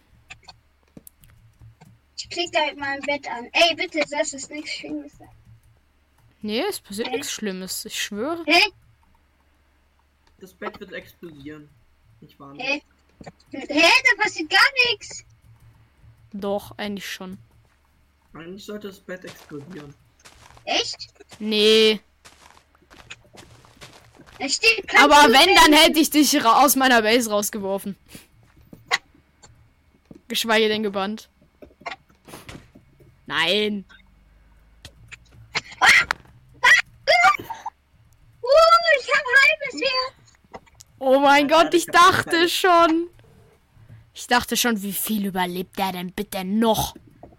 Ich klick da mit meinem Bett an. Ey, bitte, das ist nichts Schlimmes. Nee, es passiert nichts Schlimmes. Ich schwöre. Hä? Das Bett wird explodieren. Ich warne. Hä? Da passiert gar nichts. Doch, eigentlich schon. Eigentlich sollte das Bett explodieren. Echt? Nee. Es steht kein Aber Blut wenn, dann drin. hätte ich dich aus meiner Base rausgeworfen. Geschweige denn gebannt. Nein. Ich hab halbes Herz. Oh mein Ja, Gott, ich ich hab dachte keine. schon. Ich dachte schon, wie viel überlebt er denn bitte noch?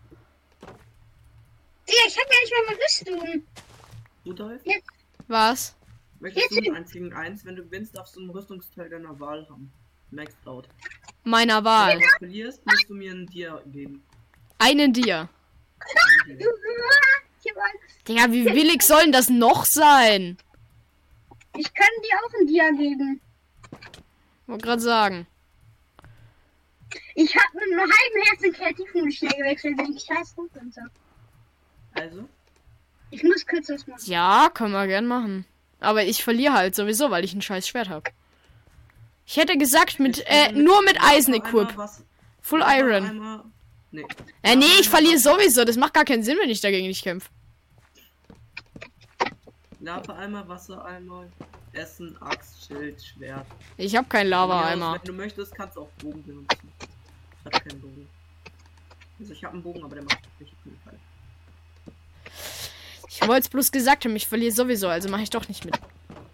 Digga, ich hab ja nicht mal eine Rüstung. Rudolf, Was? möchtest du einen 1 gegen 1? Wenn du gewinnst, darfst du einen Rüstungsteil deiner Wahl haben. Maxed out. Meiner Wenn Wahl. du verlierst, musst du mir einen Dia geben. Einen dir. Einen Dia. Ich hab ein- Digga, wie billig soll denn das noch sein? Ich kann dir auch ein Dia geben. Wollte gerade sagen. Ich hab mit einem halben Herzen kreativen schnell gewechselt, wenn ich scheiß gut bin. So. Also, Ich muss kurz was machen. Ja, können wir gern machen. Aber ich verliere halt sowieso, weil ich ein scheiß Schwert habe. Ich hätte gesagt, nur mit Eisen-Equip. Full Iron. Nee. Nee, ich verliere sowieso. Das macht gar keinen Sinn, wenn ich dagegen nicht kämpfe. Lava-Eimer, Wassereimer, Essen, Axt, Schild, Schwert. Ich habe keinen Von mir aus, Lava-Eimer. Wenn du möchtest, kannst du auch Bogen benutzen. Ich habe keinen Bogen. Also ich habe einen Bogen, aber der macht nicht viel Fall. Ich wollte es bloß gesagt haben, ich verliere sowieso, also mache ich doch nicht mit.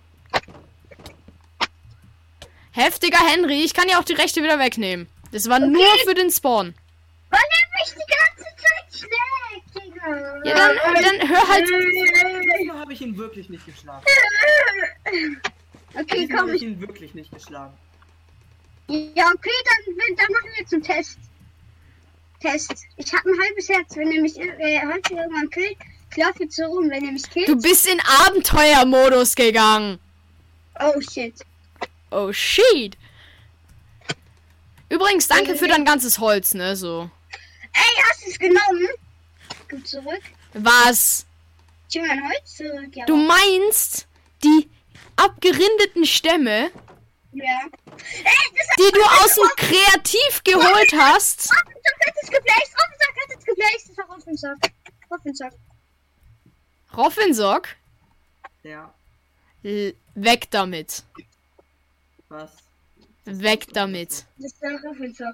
Heftiger Henry, ich kann ja auch die Rechte wieder wegnehmen. Das war nur für den Spawn. Weil er mich die ganze Zeit schlägt, Digga. Ja, dann hör halt. Diesmal habe ich ihn wirklich nicht geschlagen. Okay, Diesmal komm, habe ich ich. ihn wirklich nicht geschlagen. Ja, okay, dann machen wir jetzt einen Test. Ich habe ein halbes Herz, wenn er mich heute irgendwann killt. Ich laufe jetzt so rum, wenn er mich killt. Du bist in Abenteuermodus gegangen. Oh shit. Oh shit. Übrigens, danke für dein ganzes Holz, ne, so. Ey, hast du es genommen? Gut zurück. Was? Ich will mein Holz zurück, ja. Du meinst die abgerindeten Stämme, Ja. Ey, das die du aus dem Kreativ geholt hast? Roffensock hat es geplaced. Roffensock hat es geplaced. Das war Roffensock. Roffensock. Roffinsock? Ja, Weg damit. was? Weg damit. Das war Roffensock.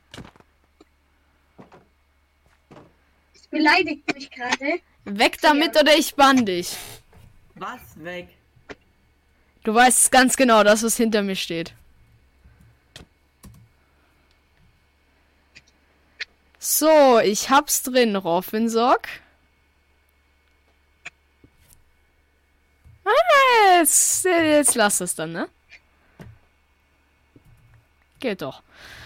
Das beleidigt mich gerade. Weg damit oder ich bann dich. Was? Weg. Du weißt ganz genau, das, was hinter mir steht. So, ich hab's drin, Roffinsock. Jetzt lass es dann, ne? Geht doch.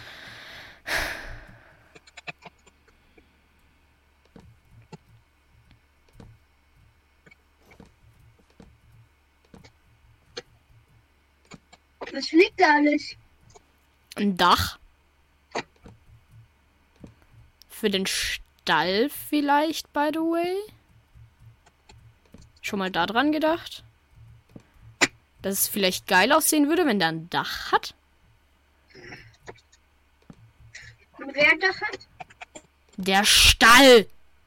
Was fliegt da alles? Ein Dach. Für den Stall vielleicht, by the way. Schon mal da dran gedacht? Dass es vielleicht geil aussehen würde, wenn der ein Dach hat. Und wer das hat? Der Stall!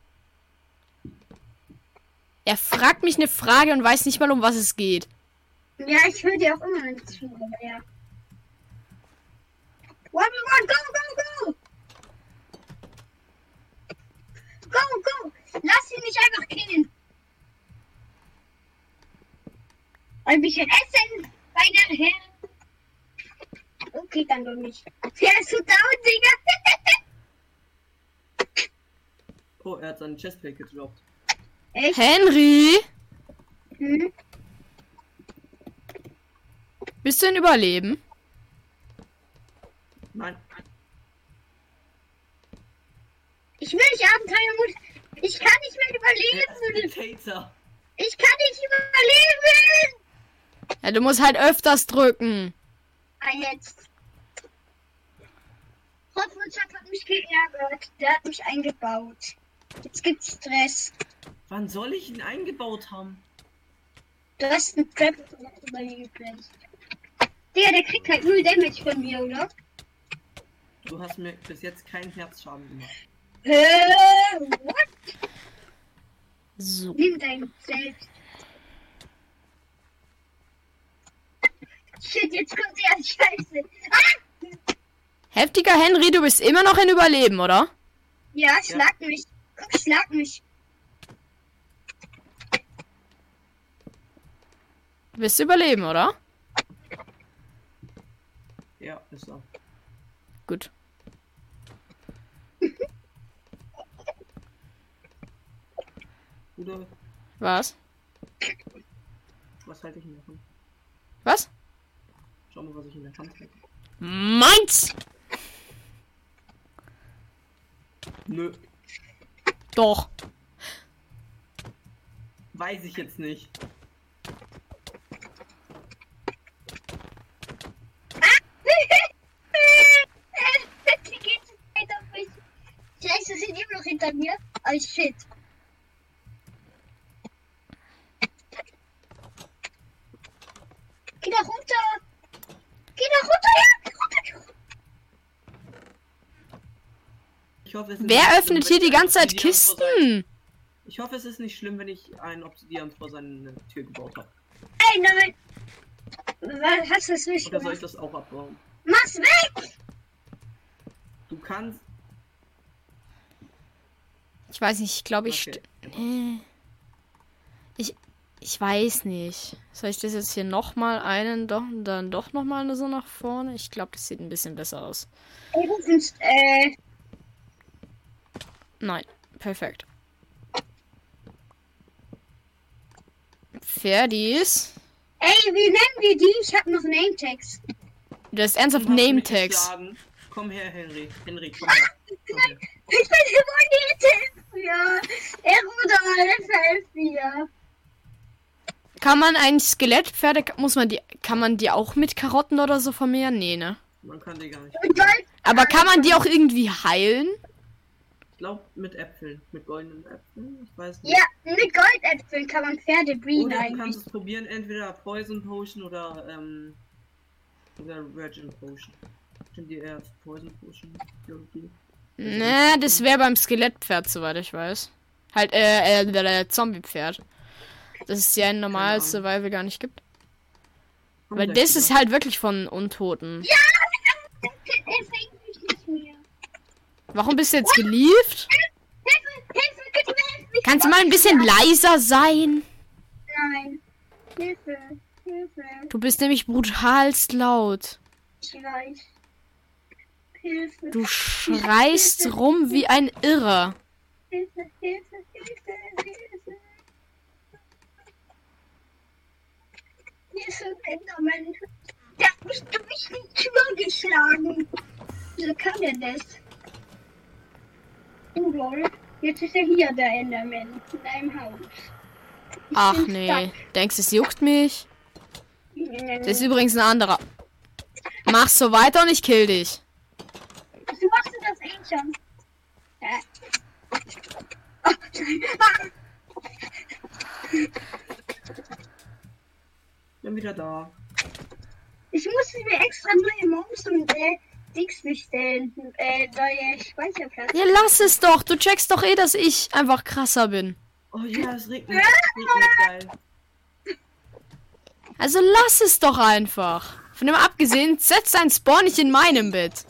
Er fragt mich eine Frage und weiß nicht mal, um was es geht. Ja, ich höre dir auch immer nicht zu, aber ja. One, go, go, go! Go, go! Lass ihn nicht einfach killen! Ein bisschen Essen bei der Herr. Okay, dann doch nicht. Der ist so down, Digga. Oh, er hat seinen Chestplate gedroppt. Echt? Henry, Hm? bist du in Überleben? Nein. Ich will nicht Abenteuermut. Ich kann nicht mehr überleben. Spectator. Ich kann nicht überleben. Ja, du musst halt öfters drücken. Ah, jetzt. Rottwurzelschatz hat mich geärgert. Der hat mich eingebaut. Jetzt gibt's Stress. Wann soll ich ihn eingebaut haben? Du hast einen Trap überlebt. Der kriegt halt 0 Damage von mir, oder? Du hast mir bis jetzt keinen Herzschaden gemacht. What? So. Nimm dein selbst. Shit, jetzt kommt der Scheiße. Ah! Heftiger Henry, du bist immer noch in Überleben, oder? Ja, schlag mich. Guck, schlag mich. Du bist Überleben, oder? Ja, ist er. Gut. Bruder, Was? was halte ich in der Hand? Was? Schau mal, was ich in der Hand halte. Meins! Nö, Doch. weiß ich jetzt nicht. Wie geht's weiter auf mich? Scheiße, sind immer noch hinter mir. Oh shit. Geh da runter. Geh da runter, ja. Runter. Ich hoffe, es ist Wer nicht schlimm, öffnet wenn hier ich die ein ganze Zeit Obsidian vor Kisten? Ich hoffe, es ist nicht schlimm, wenn ich ein Obsidian vor seine Tür gebaut habe. Ey, nein. Was hast du es nicht Oder soll ich gemacht? das auch abbauen? Mach's weg. Du kannst. Ich weiß nicht, ich glaube, Okay. Ich weiß nicht. Soll ich das jetzt hier nochmal dann doch nochmal so nach vorne? Ich glaube, das sieht ein bisschen besser aus. Ey, du findest, Nein, perfekt. Ferdis. ey, wie nennen wir die? Ich hab noch Name-Tags. Du hast ernsthaft Du hast mich Name-Tags. geschlagen. Komm her, Henry. Henry, komm her. Komm her. Ich bin immer ja. Er Bruder, helf mir. Kann man eigentlich Skelettpferde, kann man die auch mit Karotten oder so vermehren? Nee, ne? Man kann die gar nicht. Und Gold. Aber kann man die auch irgendwie heilen? Ich glaube mit Äpfeln. Mit goldenen Äpfeln. Ich weiß nicht. Ja, mit Goldäpfeln kann man Pferde breeden Oder du eigentlich. kannst es probieren, entweder Poison Potion oder Virgin Potion. Sind die eher Poison Potion irgendwie? Ne, das wäre beim Skelettpferd, soweit ich weiß. Halt, der Zombie-Pferd. Das es ja in normal Keine Ahnung. Survival gar nicht gibt. Komm Weil gleich das ist wieder. halt wirklich von Untoten. Ja, er fängt mich nicht mehr. Warum bist du jetzt gelieft? Hilfe, bitte helf mich. Kannst du mal ein bisschen leiser sein? Nein. Hilfe, Hilfe. Du bist nämlich brutalst laut. Ich weiß. Hilfe. Du schreist rum wie ein Irrer. Hilfe, Hilfe, Hilfe, Hilfe. Hilfe, Enderman. Der hat mich durch die Tür geschlagen. Wieso kann er das? Oh lol. Jetzt ist er hier, der Enderman. In einem Haus. Ich Ach bin nee. stuck. Denkst du, es juckt mich? Das ist übrigens ein anderer. Mach so weiter und ich kill dich. Wieso machst du das eigentlich schon? Oh, ah. Bin wieder da. Ich musste mir extra neue Maus und Dings bestellen. Neue Speicherplatz. Ja, lass es doch. Du checkst doch eh, dass ich einfach krasser bin. Oh ja, es regnet. Es regnet geil. Also lass es doch einfach. Von dem abgesehen, setz dein Spawn nicht in meinem Bett.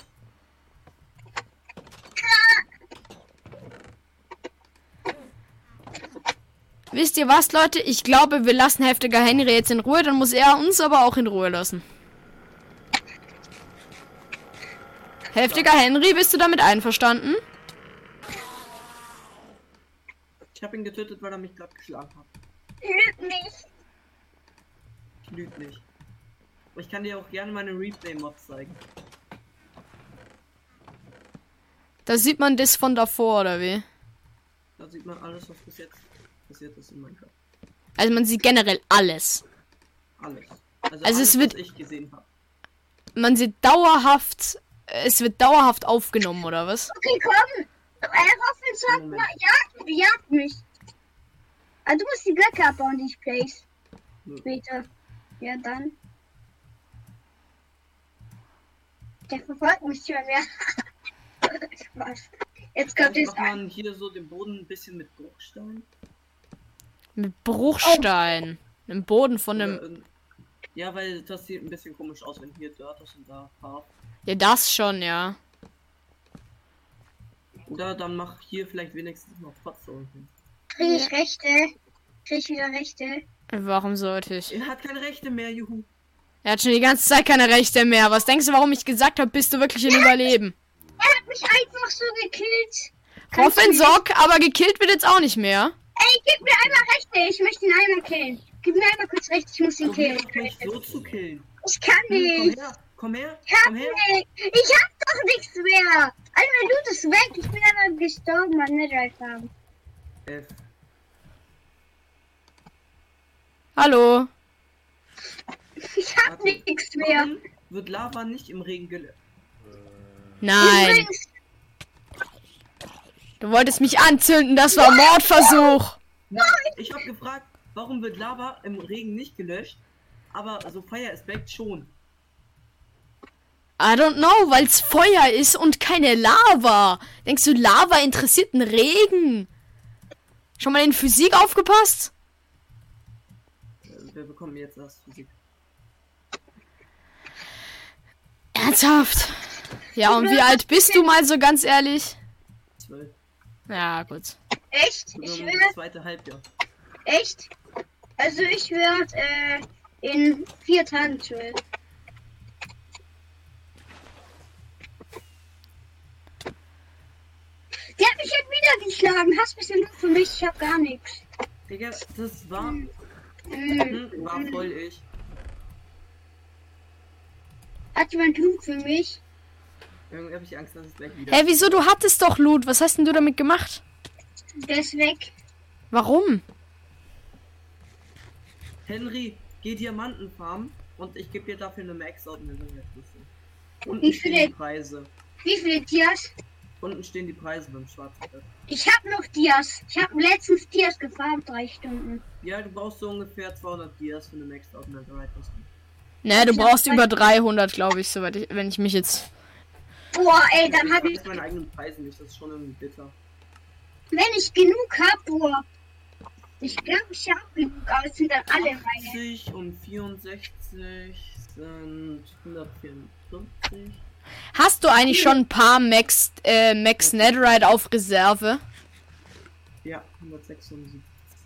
Wisst ihr was, Leute? Ich glaube, wir lassen heftiger Henry jetzt in Ruhe. Dann muss er uns aber auch in Ruhe lassen. Heftiger Henry, bist du damit einverstanden? Ich habe ihn getötet, weil er mich gerade geschlagen hat. Lüg nicht. Ich lüge nicht. Aber ich kann dir auch gerne meine Replay-Mods zeigen. Da sieht man das von davor, oder wie? Da sieht man alles, was bis jetzt passiert ist in Minecraft. Also man sieht generell alles. Alles. Also alles, es wird- was ich gesehen habe. Man sieht dauerhaft, es wird dauerhaft aufgenommen, oder was? Okay, komm. Hoffnung sagt Moment. mal, jagt mich. Also du musst die Blöcke abbauen, die ich place. Nö. Später. Ja, dann. Der verfolgt mich schon mehr. Spaß. Jetzt kommt Vielleicht es macht man hier so den Boden ein bisschen mit Bruchstein. Mit Bruchstein. Im Boden von Oder einem... irgend- Ja, weil das sieht ein bisschen komisch aus, wenn hier Dirt ist und da Farb. Ja, das schon, ja. Oder dann mach hier vielleicht wenigstens noch Potstone hin. Krieg ich Rechte. Krieg ich wieder Rechte. Warum sollte ich? Er hat keine Rechte mehr, juhu. Er hat schon die ganze Zeit keine Rechte mehr. Was denkst du, warum ich gesagt habe, bist du wirklich in Überleben? Er hat mich einfach so gekillt. Hoffen Sock, aber gekillt wird jetzt auch nicht mehr. Ey, gib mir einmal Rechte. Ich möchte ihn einmal killen. Gib mir einmal kurz Rechte. Ich muss ihn killen. Probier mich so zu killen. Ich kann Komm nicht. her, komm her, Ich hab komm her. nicht. Ich hab doch nichts mehr. Alter, mein Loot ist weg. Ich bin einmal gestorben an Netherite-Farben. F. Hallo. Ich hab Warte. nichts mehr. Warum wird Lava nicht im Regen gelöscht? Nein. Übrigens, Du wolltest mich anzünden, das war Mordversuch. Nein, ich habe gefragt, warum wird Lava im Regen nicht gelöscht, aber so Fire Aspect schon. I don't know, weil es Feuer ist und keine Lava. Denkst du, Lava interessiert den Regen? Schon mal in Physik aufgepasst? Wir bekommen jetzt erst Physik. Ernsthaft? Ja, und wie alt bist du mal so ganz ehrlich? 12. Ja, gut. echt? Nur Ich das will, zweite Halbjahr. echt? Also ich werde in 4 Tagen 12. Die hat mich jetzt wieder geschlagen. Hast ein bisschen Loot für mich? Ich hab gar nichts. Digga, das war, war voll ich. Hat jemand Loot für mich? Irgendwie habe ich Angst, dass es gleich wieder. Hä, wieso? Du hattest doch Loot. Was hast denn du damit gemacht? Der ist weg. Warum? Henry, geh Diamanten farmen und ich gebe dir dafür eine Max-Out und Unten Wie stehen viele? die Preise. Wie viele Dias? Unten stehen die Preise beim schwarzen Brett. Ich hab noch Dias. Ich hab letztens Dias gefarmt, 3 Stunden. Ja, du brauchst so ungefähr 200 Dias für eine Max-Out und Rüstung. Ne, du brauchst über 300, glaube ich, soweit ich, wenn ich mich jetzt... Boah, ey, dann hab ich, weiß meine eigenen Preise nicht, das ist schon irgendwie bitter. wenn ich genug hab, boah. Ich glaube, ich hab genug, aber es sind dann alle meine. 80 und 64 sind 154. Hast du eigentlich schon ein paar Max Netherite auf Reserve? Ja, 176.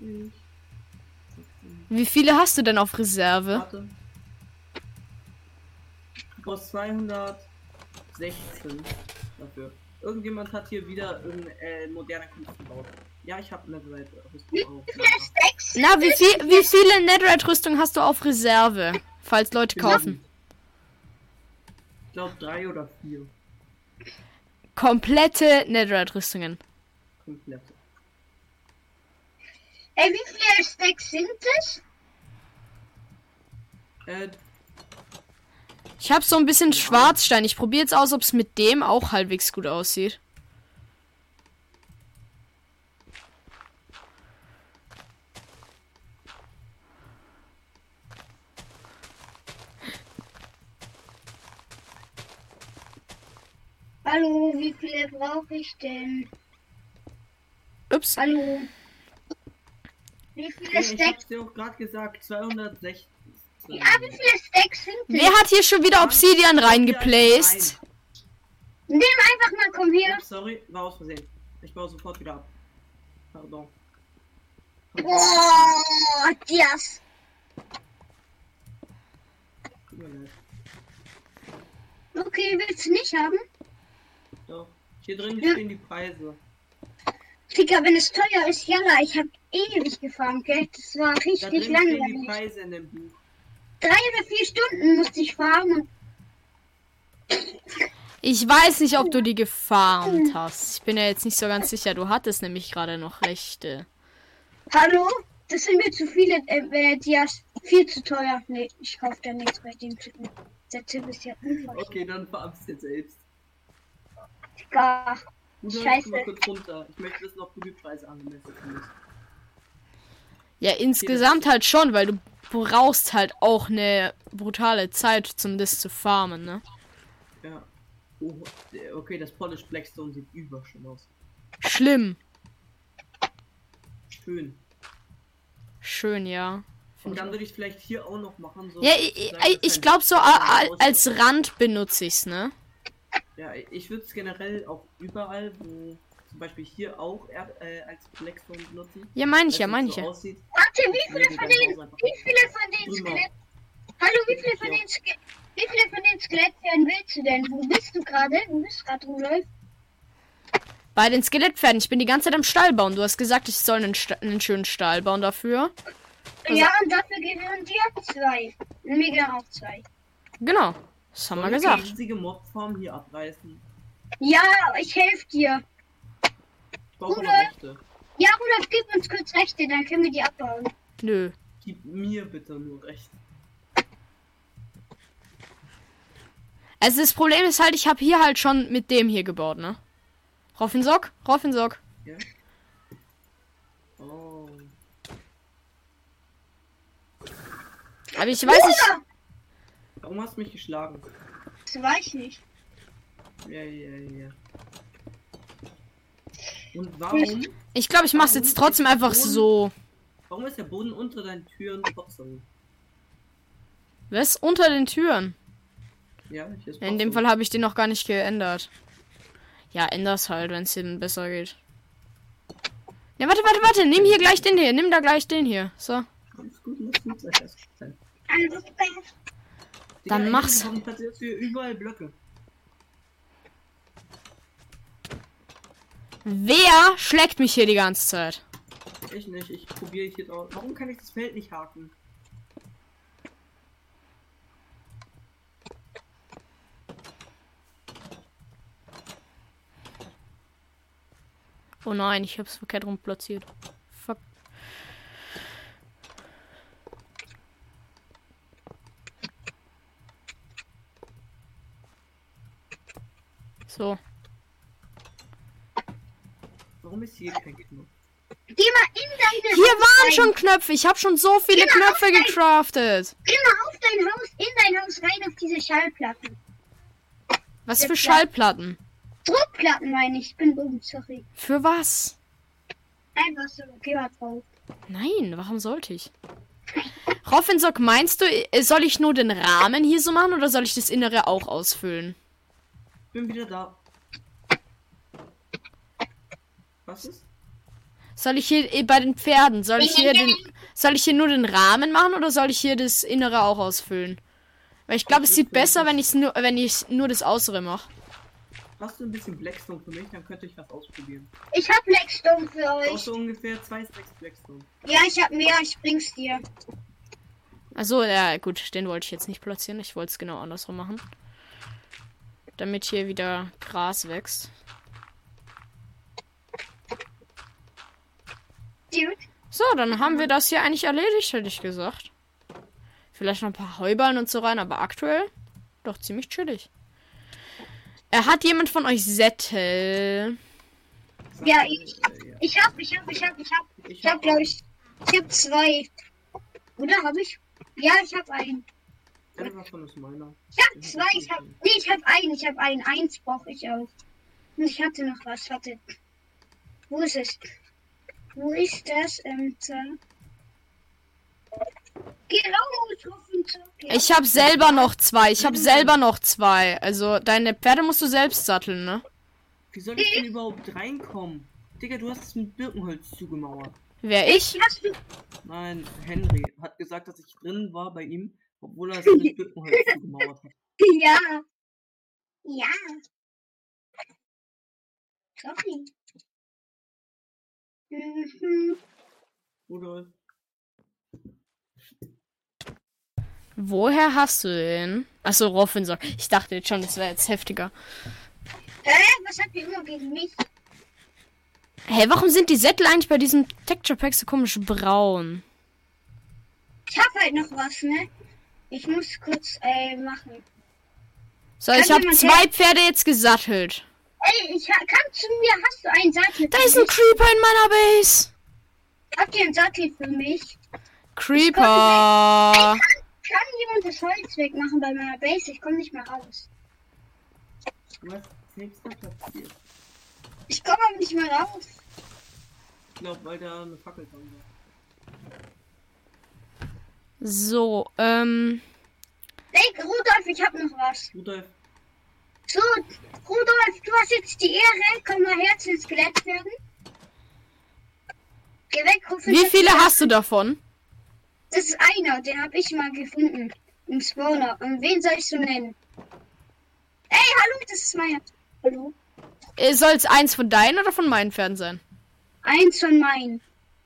Wie viele hast du denn auf Reserve? Warte. Du brauchst 216 dafür. Irgendjemand hat hier wieder irgendeine moderne Kunst gebaut. Ja, ich habe Netherite Wie auch. viele Stacks? Na, wie viele Netherite-Rüstung hast du auf Reserve? Falls Leute kaufen. Ich glaube 3 oder 4. Komplette Netherite-Rüstungen. Komplett. Ey, wie viele Stacks sind es? Ich habe so ein bisschen Schwarzstein. Ich probiere jetzt aus, ob es mit dem auch halbwegs gut aussieht. Hallo, wie viele brauche ich denn? Ups. Hallo. Wie viele Ich Stacks? hab's dir auch gerade gesagt, 260. Ja, wie viele Stacks sind es? Wer hat hier schon wieder Obsidian reingeplaced? Nimm einfach mal, komm hier. Sorry, war aus Versehen. Ich baue sofort wieder ab. Pardon. Boah, Dias. Tut mir leid. Okay, willst du nicht haben? Doch. Hier drin Ja. stehen die Preise. Digga, wenn es teuer ist, jalla, ich hab ewig gefarmt, gell? Das war Da richtig drin stehen die langweilig. Preise in dem Buch. 3 oder 4 Stunden musste ich farmen. Ich weiß nicht, ob du die gefarmt hast. Ich bin ja jetzt nicht so ganz sicher. Du hattest nämlich gerade noch Rechte. Hallo? Das sind mir zu viele, Dias. Viel zu teuer. Nee, ich kauf da nichts bei dem Typen. Der Typ ist ja unfassbar. Okay, dann farmst du jetzt selbst. Digga. Bruder, Scheiße. mal kurz runter. Ich möchte wissen, ob du die Preise angemessen findest. Ja, insgesamt halt schon, weil du brauchst halt auch eine brutale Zeit, um das zu farmen, ne? Ja. Oh, okay, das Polished Blackstone sieht überschön aus. Schlimm. Schön. Schön, ja. Und dann würde ich vielleicht hier auch noch machen. So Ja, vielleicht ich ein- glaube so als Rand benutze ich's, ne? Ja, ich würde es generell auch überall, wo zum Beispiel hier auch als Blackstone benutzen. Ja, meine ich ja, Weil es meine so ich ja. aussieht. Warte, Würde wie viele dein Haus einfach- Drüber. Skeletten? Hallo, wie viele von den Skelettpferden willst du denn? Wo bist du gerade? Wo bist du gerade, Rudolf? Bei den Skelettpferden, ich bin die ganze Zeit am Stall bauen. Du hast gesagt, ich soll einen schönen Stall bauen dafür. Ja, und dafür gehören dir 2. Mir gehören auch 2. Genau. Das haben wir Soll ich gesagt. die riesige Mobfarm hier abreißen? Ja, ich helfe dir. Ich brauche noch Bruder. Rechte. Ja, Rudolf, gib uns kurz Rechte, dann können wir die abbauen. Nö. Gib mir bitte nur Recht. Also das Problem ist halt, ich habe hier halt schon mit dem hier gebaut, ne? Roffinsock? Roffinsock. Ja? Oh. Aber ich weiß nicht. Bruder! Warum hast du mich geschlagen? Das weiß ich nicht. Ja. Und warum? Ich glaube, ich mach's jetzt trotzdem einfach so. Warum ist der Boden unter deinen Türen Boxen? Was? Unter den Türen. Ja, hier ist In dem Fall habe ich den noch gar nicht geändert. Ja, änder's halt, wenn es dir dann besser geht. Ja, warte. Nimm hier gleich den hier. Nimm da gleich den hier. So. Alles gut, muss gut sein. Also, Dann Digga, mach's. Warum platzierst du hier überall Blöcke? Wer schlägt mich hier die ganze Zeit? Ich nicht, ich probiere hier drauf. Warum kann ich das Feld nicht haken? Oh nein, ich hab's verkehrt rum platziert. Fuck. So. Warum ist hier kein Knopf? geh mal in deine Hier Haus waren rein. schon Knöpfe. Ich habe schon so viele Genau, Knöpfe nein. gecraftet. Geh mal auf dein Haus, in dein Haus rein auf diese Schallplatten. Was für Jetzt Schallplatten? Druckplatten meine ich. Ich bin dumm, sorry. Für was? Einfach so, geh mal drauf. Nein, warum sollte ich? Roffinsock, meinst du, soll ich nur den Rahmen hier so machen oder soll ich das Innere auch ausfüllen? Bin wieder da. Was ist? Soll ich hier bei den Pferden, soll ich hier nur den Rahmen machen oder soll ich hier das Innere auch ausfüllen? Weil ich glaube, es sieht besser, wenn ich nur das Äußere mache. Hast du ein bisschen Blackstone für mich? Dann könnte ich was ausprobieren. Ich hab Blackstone für Brauchst euch. du ungefähr 2 Stacks Blackstone? Ja, ich hab mehr, ich bring's dir. Also ja, gut, den wollte ich jetzt nicht platzieren. Ich wollte es genau andersrum machen. Damit hier wieder Gras wächst. Dude. So, dann haben wir das hier eigentlich erledigt, hätte ich gesagt. Vielleicht noch ein paar Heuballen und so rein, aber aktuell doch ziemlich chillig. Hat jemand von euch Sättel? Ja, ja. Ich hab, glaube ich, ich hab 2. Oder hab ich? Ja, ich hab einen. Einer davon ist meiner. Ich hab 2, ich hab einen. 1 brauche ich auch. Und ich hatte noch was, warte. Wo ist es? Wo ist das? Geh raus, Roffinsock. Ja. Ich habe selber noch 2. Also deine Pferde musst du selbst satteln, ne? Wie soll ich denn überhaupt reinkommen? Digga, du hast es mit Birkenholz zugemauert. Wer ich? Hast du? Nein, Henry hat gesagt, dass ich drin war bei ihm, obwohl er es mit Birkenholz zugemauert hat. Ja. Ja. Sorry. Rudolf. Woher hast du den? Achso, Roffinsock. Ich dachte jetzt schon, das wäre jetzt heftiger. Was habt ihr immer gegen mich? Hey, warum sind die Sättel eigentlich bei diesem Texture Pack so komisch braun? Ich hab halt noch was, ne? Ich muss kurz machen. So, Kann ich habe jemand 2 Pferde jetzt gesattelt. Ey, kannst du mir, hast du einen Sattel? Da für ist ein mich? Creeper in meiner Base. Habt ihr einen Sattel für mich? Creeper. Kann jemand das Holz wegmachen bei meiner Base? Ich komme nicht mehr raus. Du hast 6 platziert. Ich komme aber nicht mehr raus. Ich glaube, weil da eine Fackel dran war. So, Ey, Rudolf, ich hab noch was. Rudolf, So, Rudolf, du hast jetzt die Ehre. Komm mal her zu den Skelettpferden. Geh weg, ruf wie viele hast du davon? Das ist einer, den habe ich mal gefunden. Im Spawner. Und wen soll ich so nennen? Ey, hallo, das ist meiner. Hallo? Soll es eins von deinen oder von meinen Pferden sein? Eins von meinen.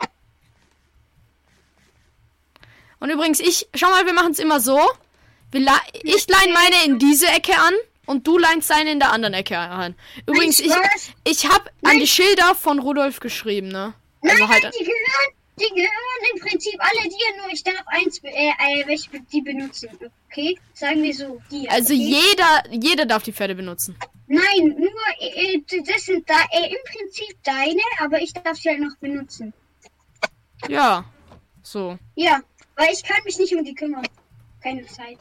Und übrigens, schau mal, wir machen es immer so. Ich leine meine in diese Ecke an und du leinst deine in der anderen Ecke an. Übrigens, ich habe an die Schilder von Rudolf geschrieben, ne? Nein, Also halt, nein, die gehören im Prinzip alle dir, nur ich darf die benutzen, okay? Sagen wir so, die. also okay? jeder darf die Pferde benutzen. Nein, nur, das sind im Prinzip deine, aber ich darf sie halt noch benutzen. Ja, so. Ja, weil ich kann mich nicht um die kümmern. Keine Zeit.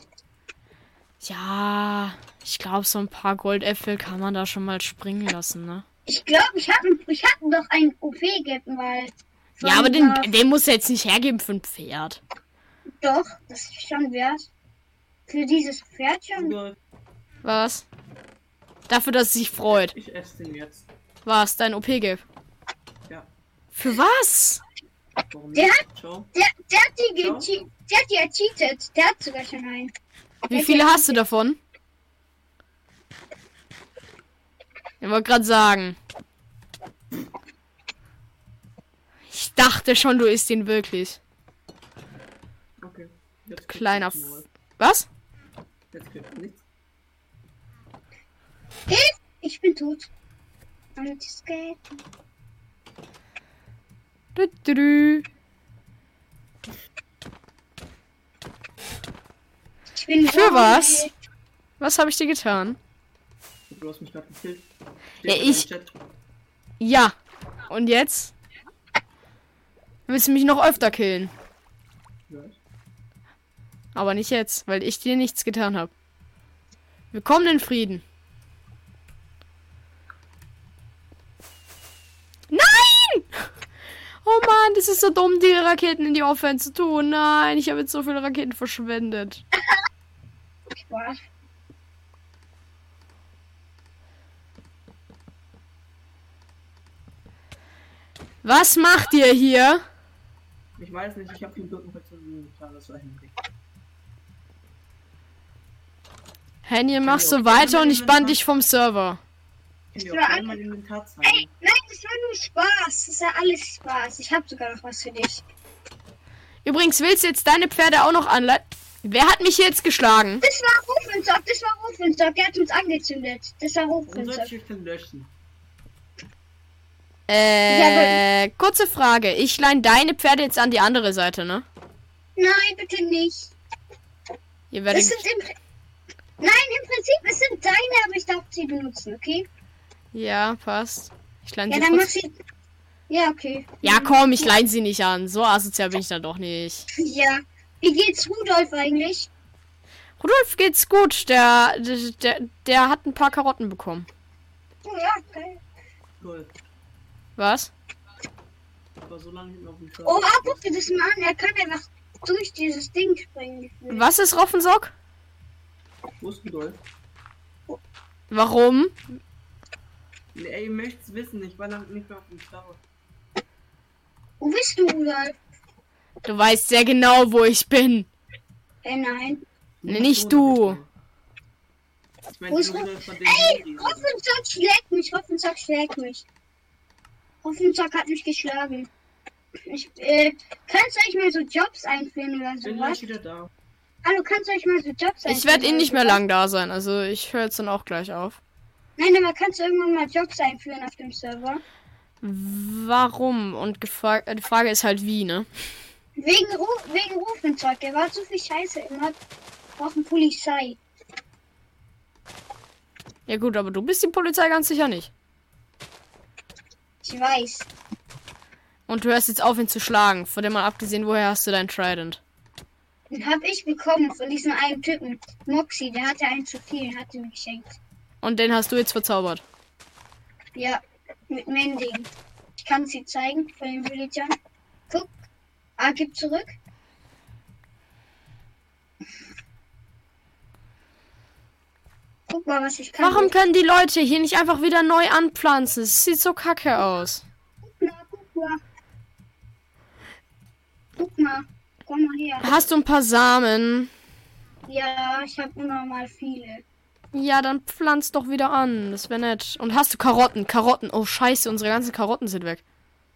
Ja, ich glaube, so ein paar Goldäpfel kann man da schon mal springen lassen, ne? Ich glaube, ich hatte doch einen OP-Gap mal. Ja, aber den musst du jetzt nicht hergeben für ein Pferd. Doch, das ist schon wert. Für dieses Pferd schon. Rudolf, Was? Dafür, dass es sich freut. ich esse den jetzt. Was? Dein OP-Gap? Ja, Für was? warum Der nicht? Ciao. Der hat die Ja. der hat die ercheatet. Der hat sogar schon einen. Wie viele hast du davon? Ich wollte gerade sagen. Ich dachte schon, du isst ihn wirklich. Okay. Jetzt Kleiner kriegst du Was? Jetzt kriegst du nichts. Hilf! Ich bin tot. Und es geht. Dü-dü-dü. Ich bin Für was? Was habe ich dir getan? Du hast mich gerade gekillt. Ja, Steht in ich- deinem Chat. Ja. Und jetzt? Willst du mich noch öfter killen? Ja. Aber nicht jetzt, weil ich dir nichts getan habe. Willkommen in Frieden. Nein! Oh Mann, das ist so dumm, die Raketen in die Offense zu tun. Nein, ich habe jetzt so viele Raketen verschwendet. Spaß. Was macht ihr hier? Ich weiß nicht, ich habe viel Birkenholz und das war hinkriegt. Henny, machst du weiter und ich bann dich vom Server. Ich kann dir auch gerne mal den Inventar zeigen. Ey, nein, das war nur Spaß. Das war alles Spaß. Ich habe sogar noch was für dich. Übrigens, willst du jetzt deine Pferde auch noch anleiten? Wer hat mich jetzt geschlagen? Das war Rufenstock. Der hat uns angezündet. Das war Warum sollte Rufenstock. ich euch denn löschen? Kurze Frage. Ich leine deine Pferde jetzt an die andere Seite, ne? Nein, bitte nicht. Ihr werdet... Das sind Nein, im Prinzip, es sind deine, aber ich darf sie benutzen, okay? Ja, passt. Ich leine Ja, sie dann mach kurz... sie. Ja, okay. Ja, komm, ich leine sie nicht an. So asozial bin ich dann doch nicht. Ja. Wie geht's Rudolf eigentlich? Rudolf geht's gut. Der hat ein paar Karotten bekommen. Oh ja, geil. Cool. Was? Aber so lange hinten auf dem Server. Oh, guck dir das mal an. Er kann einfach durch dieses Ding springen. gefühlt. Was ist Roffensock? Wo ist Rudolf? Warum? Nee, ey, ihr möchtet's wissen, ich war lang nicht mehr auf dem Server. Wo bist du, Rudolf? Du weißt sehr genau, wo ich bin. Nein. Nee, nicht du. Ich Wo meine, ist Rudolf von den Ey, Series. Hoffenstock schlägt mich. Hoffenstock hat mich geschlagen. Kannst du euch mal so Jobs einführen oder Bin sowas? gleich wieder da. Hallo, kannst du euch mal so Jobs einführen? Ich werde oder nicht mehr sowas? lang da sein, also ich höre jetzt dann auch gleich auf. Nein, aber kannst du irgendwann mal Jobs einführen auf dem Server? Warum? Und die Frage ist halt wie, ne? Wegen Rufenzeug. Der war so viel Scheiße immer. Brauchen Polizei. Ja gut, aber du bist die Polizei ganz sicher nicht. Ich weiß. Und du hörst jetzt auf, ihn zu schlagen. Von dem mal abgesehen, woher hast du dein Trident? Den hab ich bekommen von diesem einen Typen. Moxie, der hatte einen zu viel, den hat er mir geschenkt. Und den hast du jetzt verzaubert. Ja, mit Mending. Ich kann sie zeigen von den Villagern. Guck. Gib zurück. Guck mal, was ich kann. Warum können die Leute hier nicht einfach wieder neu anpflanzen? Es sieht so kacke aus. Guck mal. Guck mal. Komm mal her. Hast du ein paar Samen? Ja, ich habe unnormal viele. Ja, dann pflanz doch wieder an. Das wäre nett. Und hast du Karotten? Karotten. Oh, scheiße, unsere ganzen Karotten sind weg.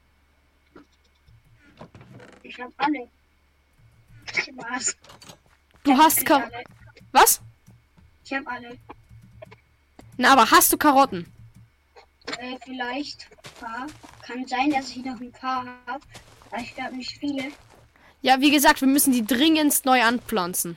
Ich habe alle. Spaß. Du hast Karotten. alle. Was? Ich habe alle. Na, aber hast du Karotten? Vielleicht ein paar. Kann sein, dass ich noch ein paar habe. Aber ich glaube nicht viele. Ja, wie gesagt, wir müssen die dringendst neu anpflanzen.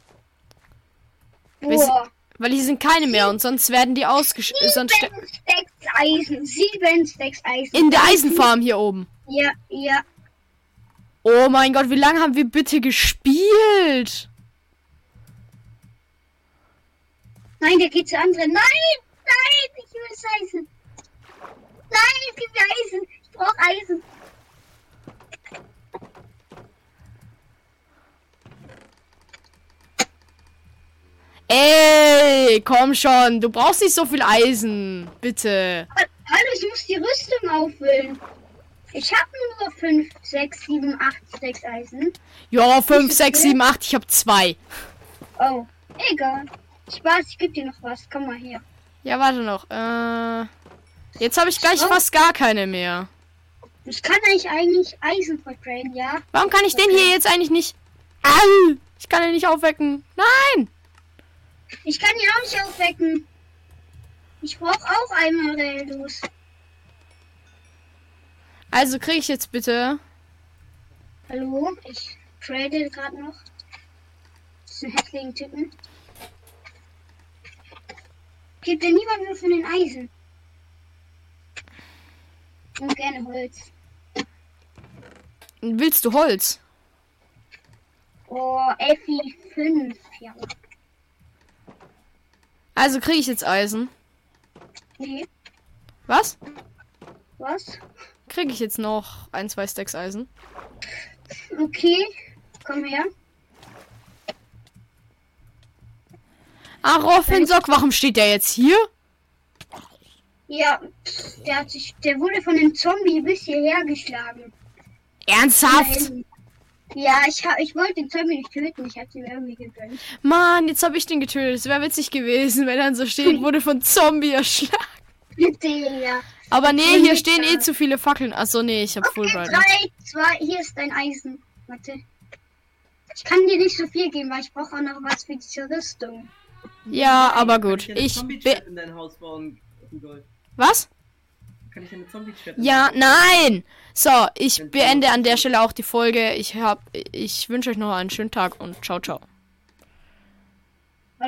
Boah. Weil hier sind keine mehr und sonst werden die sonst 7 Stacks Eisen. 7 Stacks Eisen. in der Eisenfarm hier oben. Ja, ja. Oh mein Gott, wie lange haben wir bitte gespielt? Nein, der geht zu anderen. Nein! Nein! Ich will das Eisen. Nein, gib mir Eisen. Ich brauche Eisen. Ey, komm schon, du brauchst nicht so viel Eisen, bitte. Aber, hallo, ich muss die Rüstung auffüllen. Ich habe nur 5, 6, 7, 8 Stacks Eisen. Ja, 5, 6, 7, 8, ich hab 2. Oh, egal. Spaß, ich geb dir noch was. Komm mal her. Ja, warte noch. Jetzt habe ich gleich fast gar keine mehr. Ich kann eigentlich Eisen vertraden, ja? Warum kann ich den hier jetzt eigentlich nicht... Au! Ich kann ihn nicht aufwecken. Nein! Ich kann ihn auch nicht aufwecken. Ich brauche auch einmal Reldos. Also kriege ich jetzt bitte... Hallo? Ich trade gerade noch. Das ist ein hässlichen Typen. Gibt dir niemand nur für den Eisen? Und gerne Holz. Willst du Holz? Oh, Effi 5. Ja. Also kriege ich jetzt Eisen. Nee. Was? Was? Kriege ich jetzt noch 1, 2 Stacks Eisen? Okay. Komm her. Roffinsock, warum steht der jetzt hier? Ja, der wurde von dem Zombie bis hierher geschlagen. Ernsthaft? Ja, ich wollte den Zombie nicht töten, ich hab's ihm irgendwie gegönnt. Mann, jetzt habe ich den getötet. Es wäre witzig gewesen, wenn er so steht, wurde von Zombie erschlagen. Ja. Aber nee, hier stehen eh zu viele Fackeln. Achso, nee, ich habe Okay, Fullbright. 3, 2, hier ist dein Eisen. Warte. Ich kann dir nicht so viel geben, weil ich brauche auch noch was für diese Rüstung. Ja, aber gut. Kann ich eine Zombie-Trap in dein Haus bauen, Rudolf? Was? Kann ich eine Zombie-Trap? Ja, nein! So, ich beende an der Stelle auch die Folge. Ich wünsche euch noch einen schönen Tag und ciao, ciao.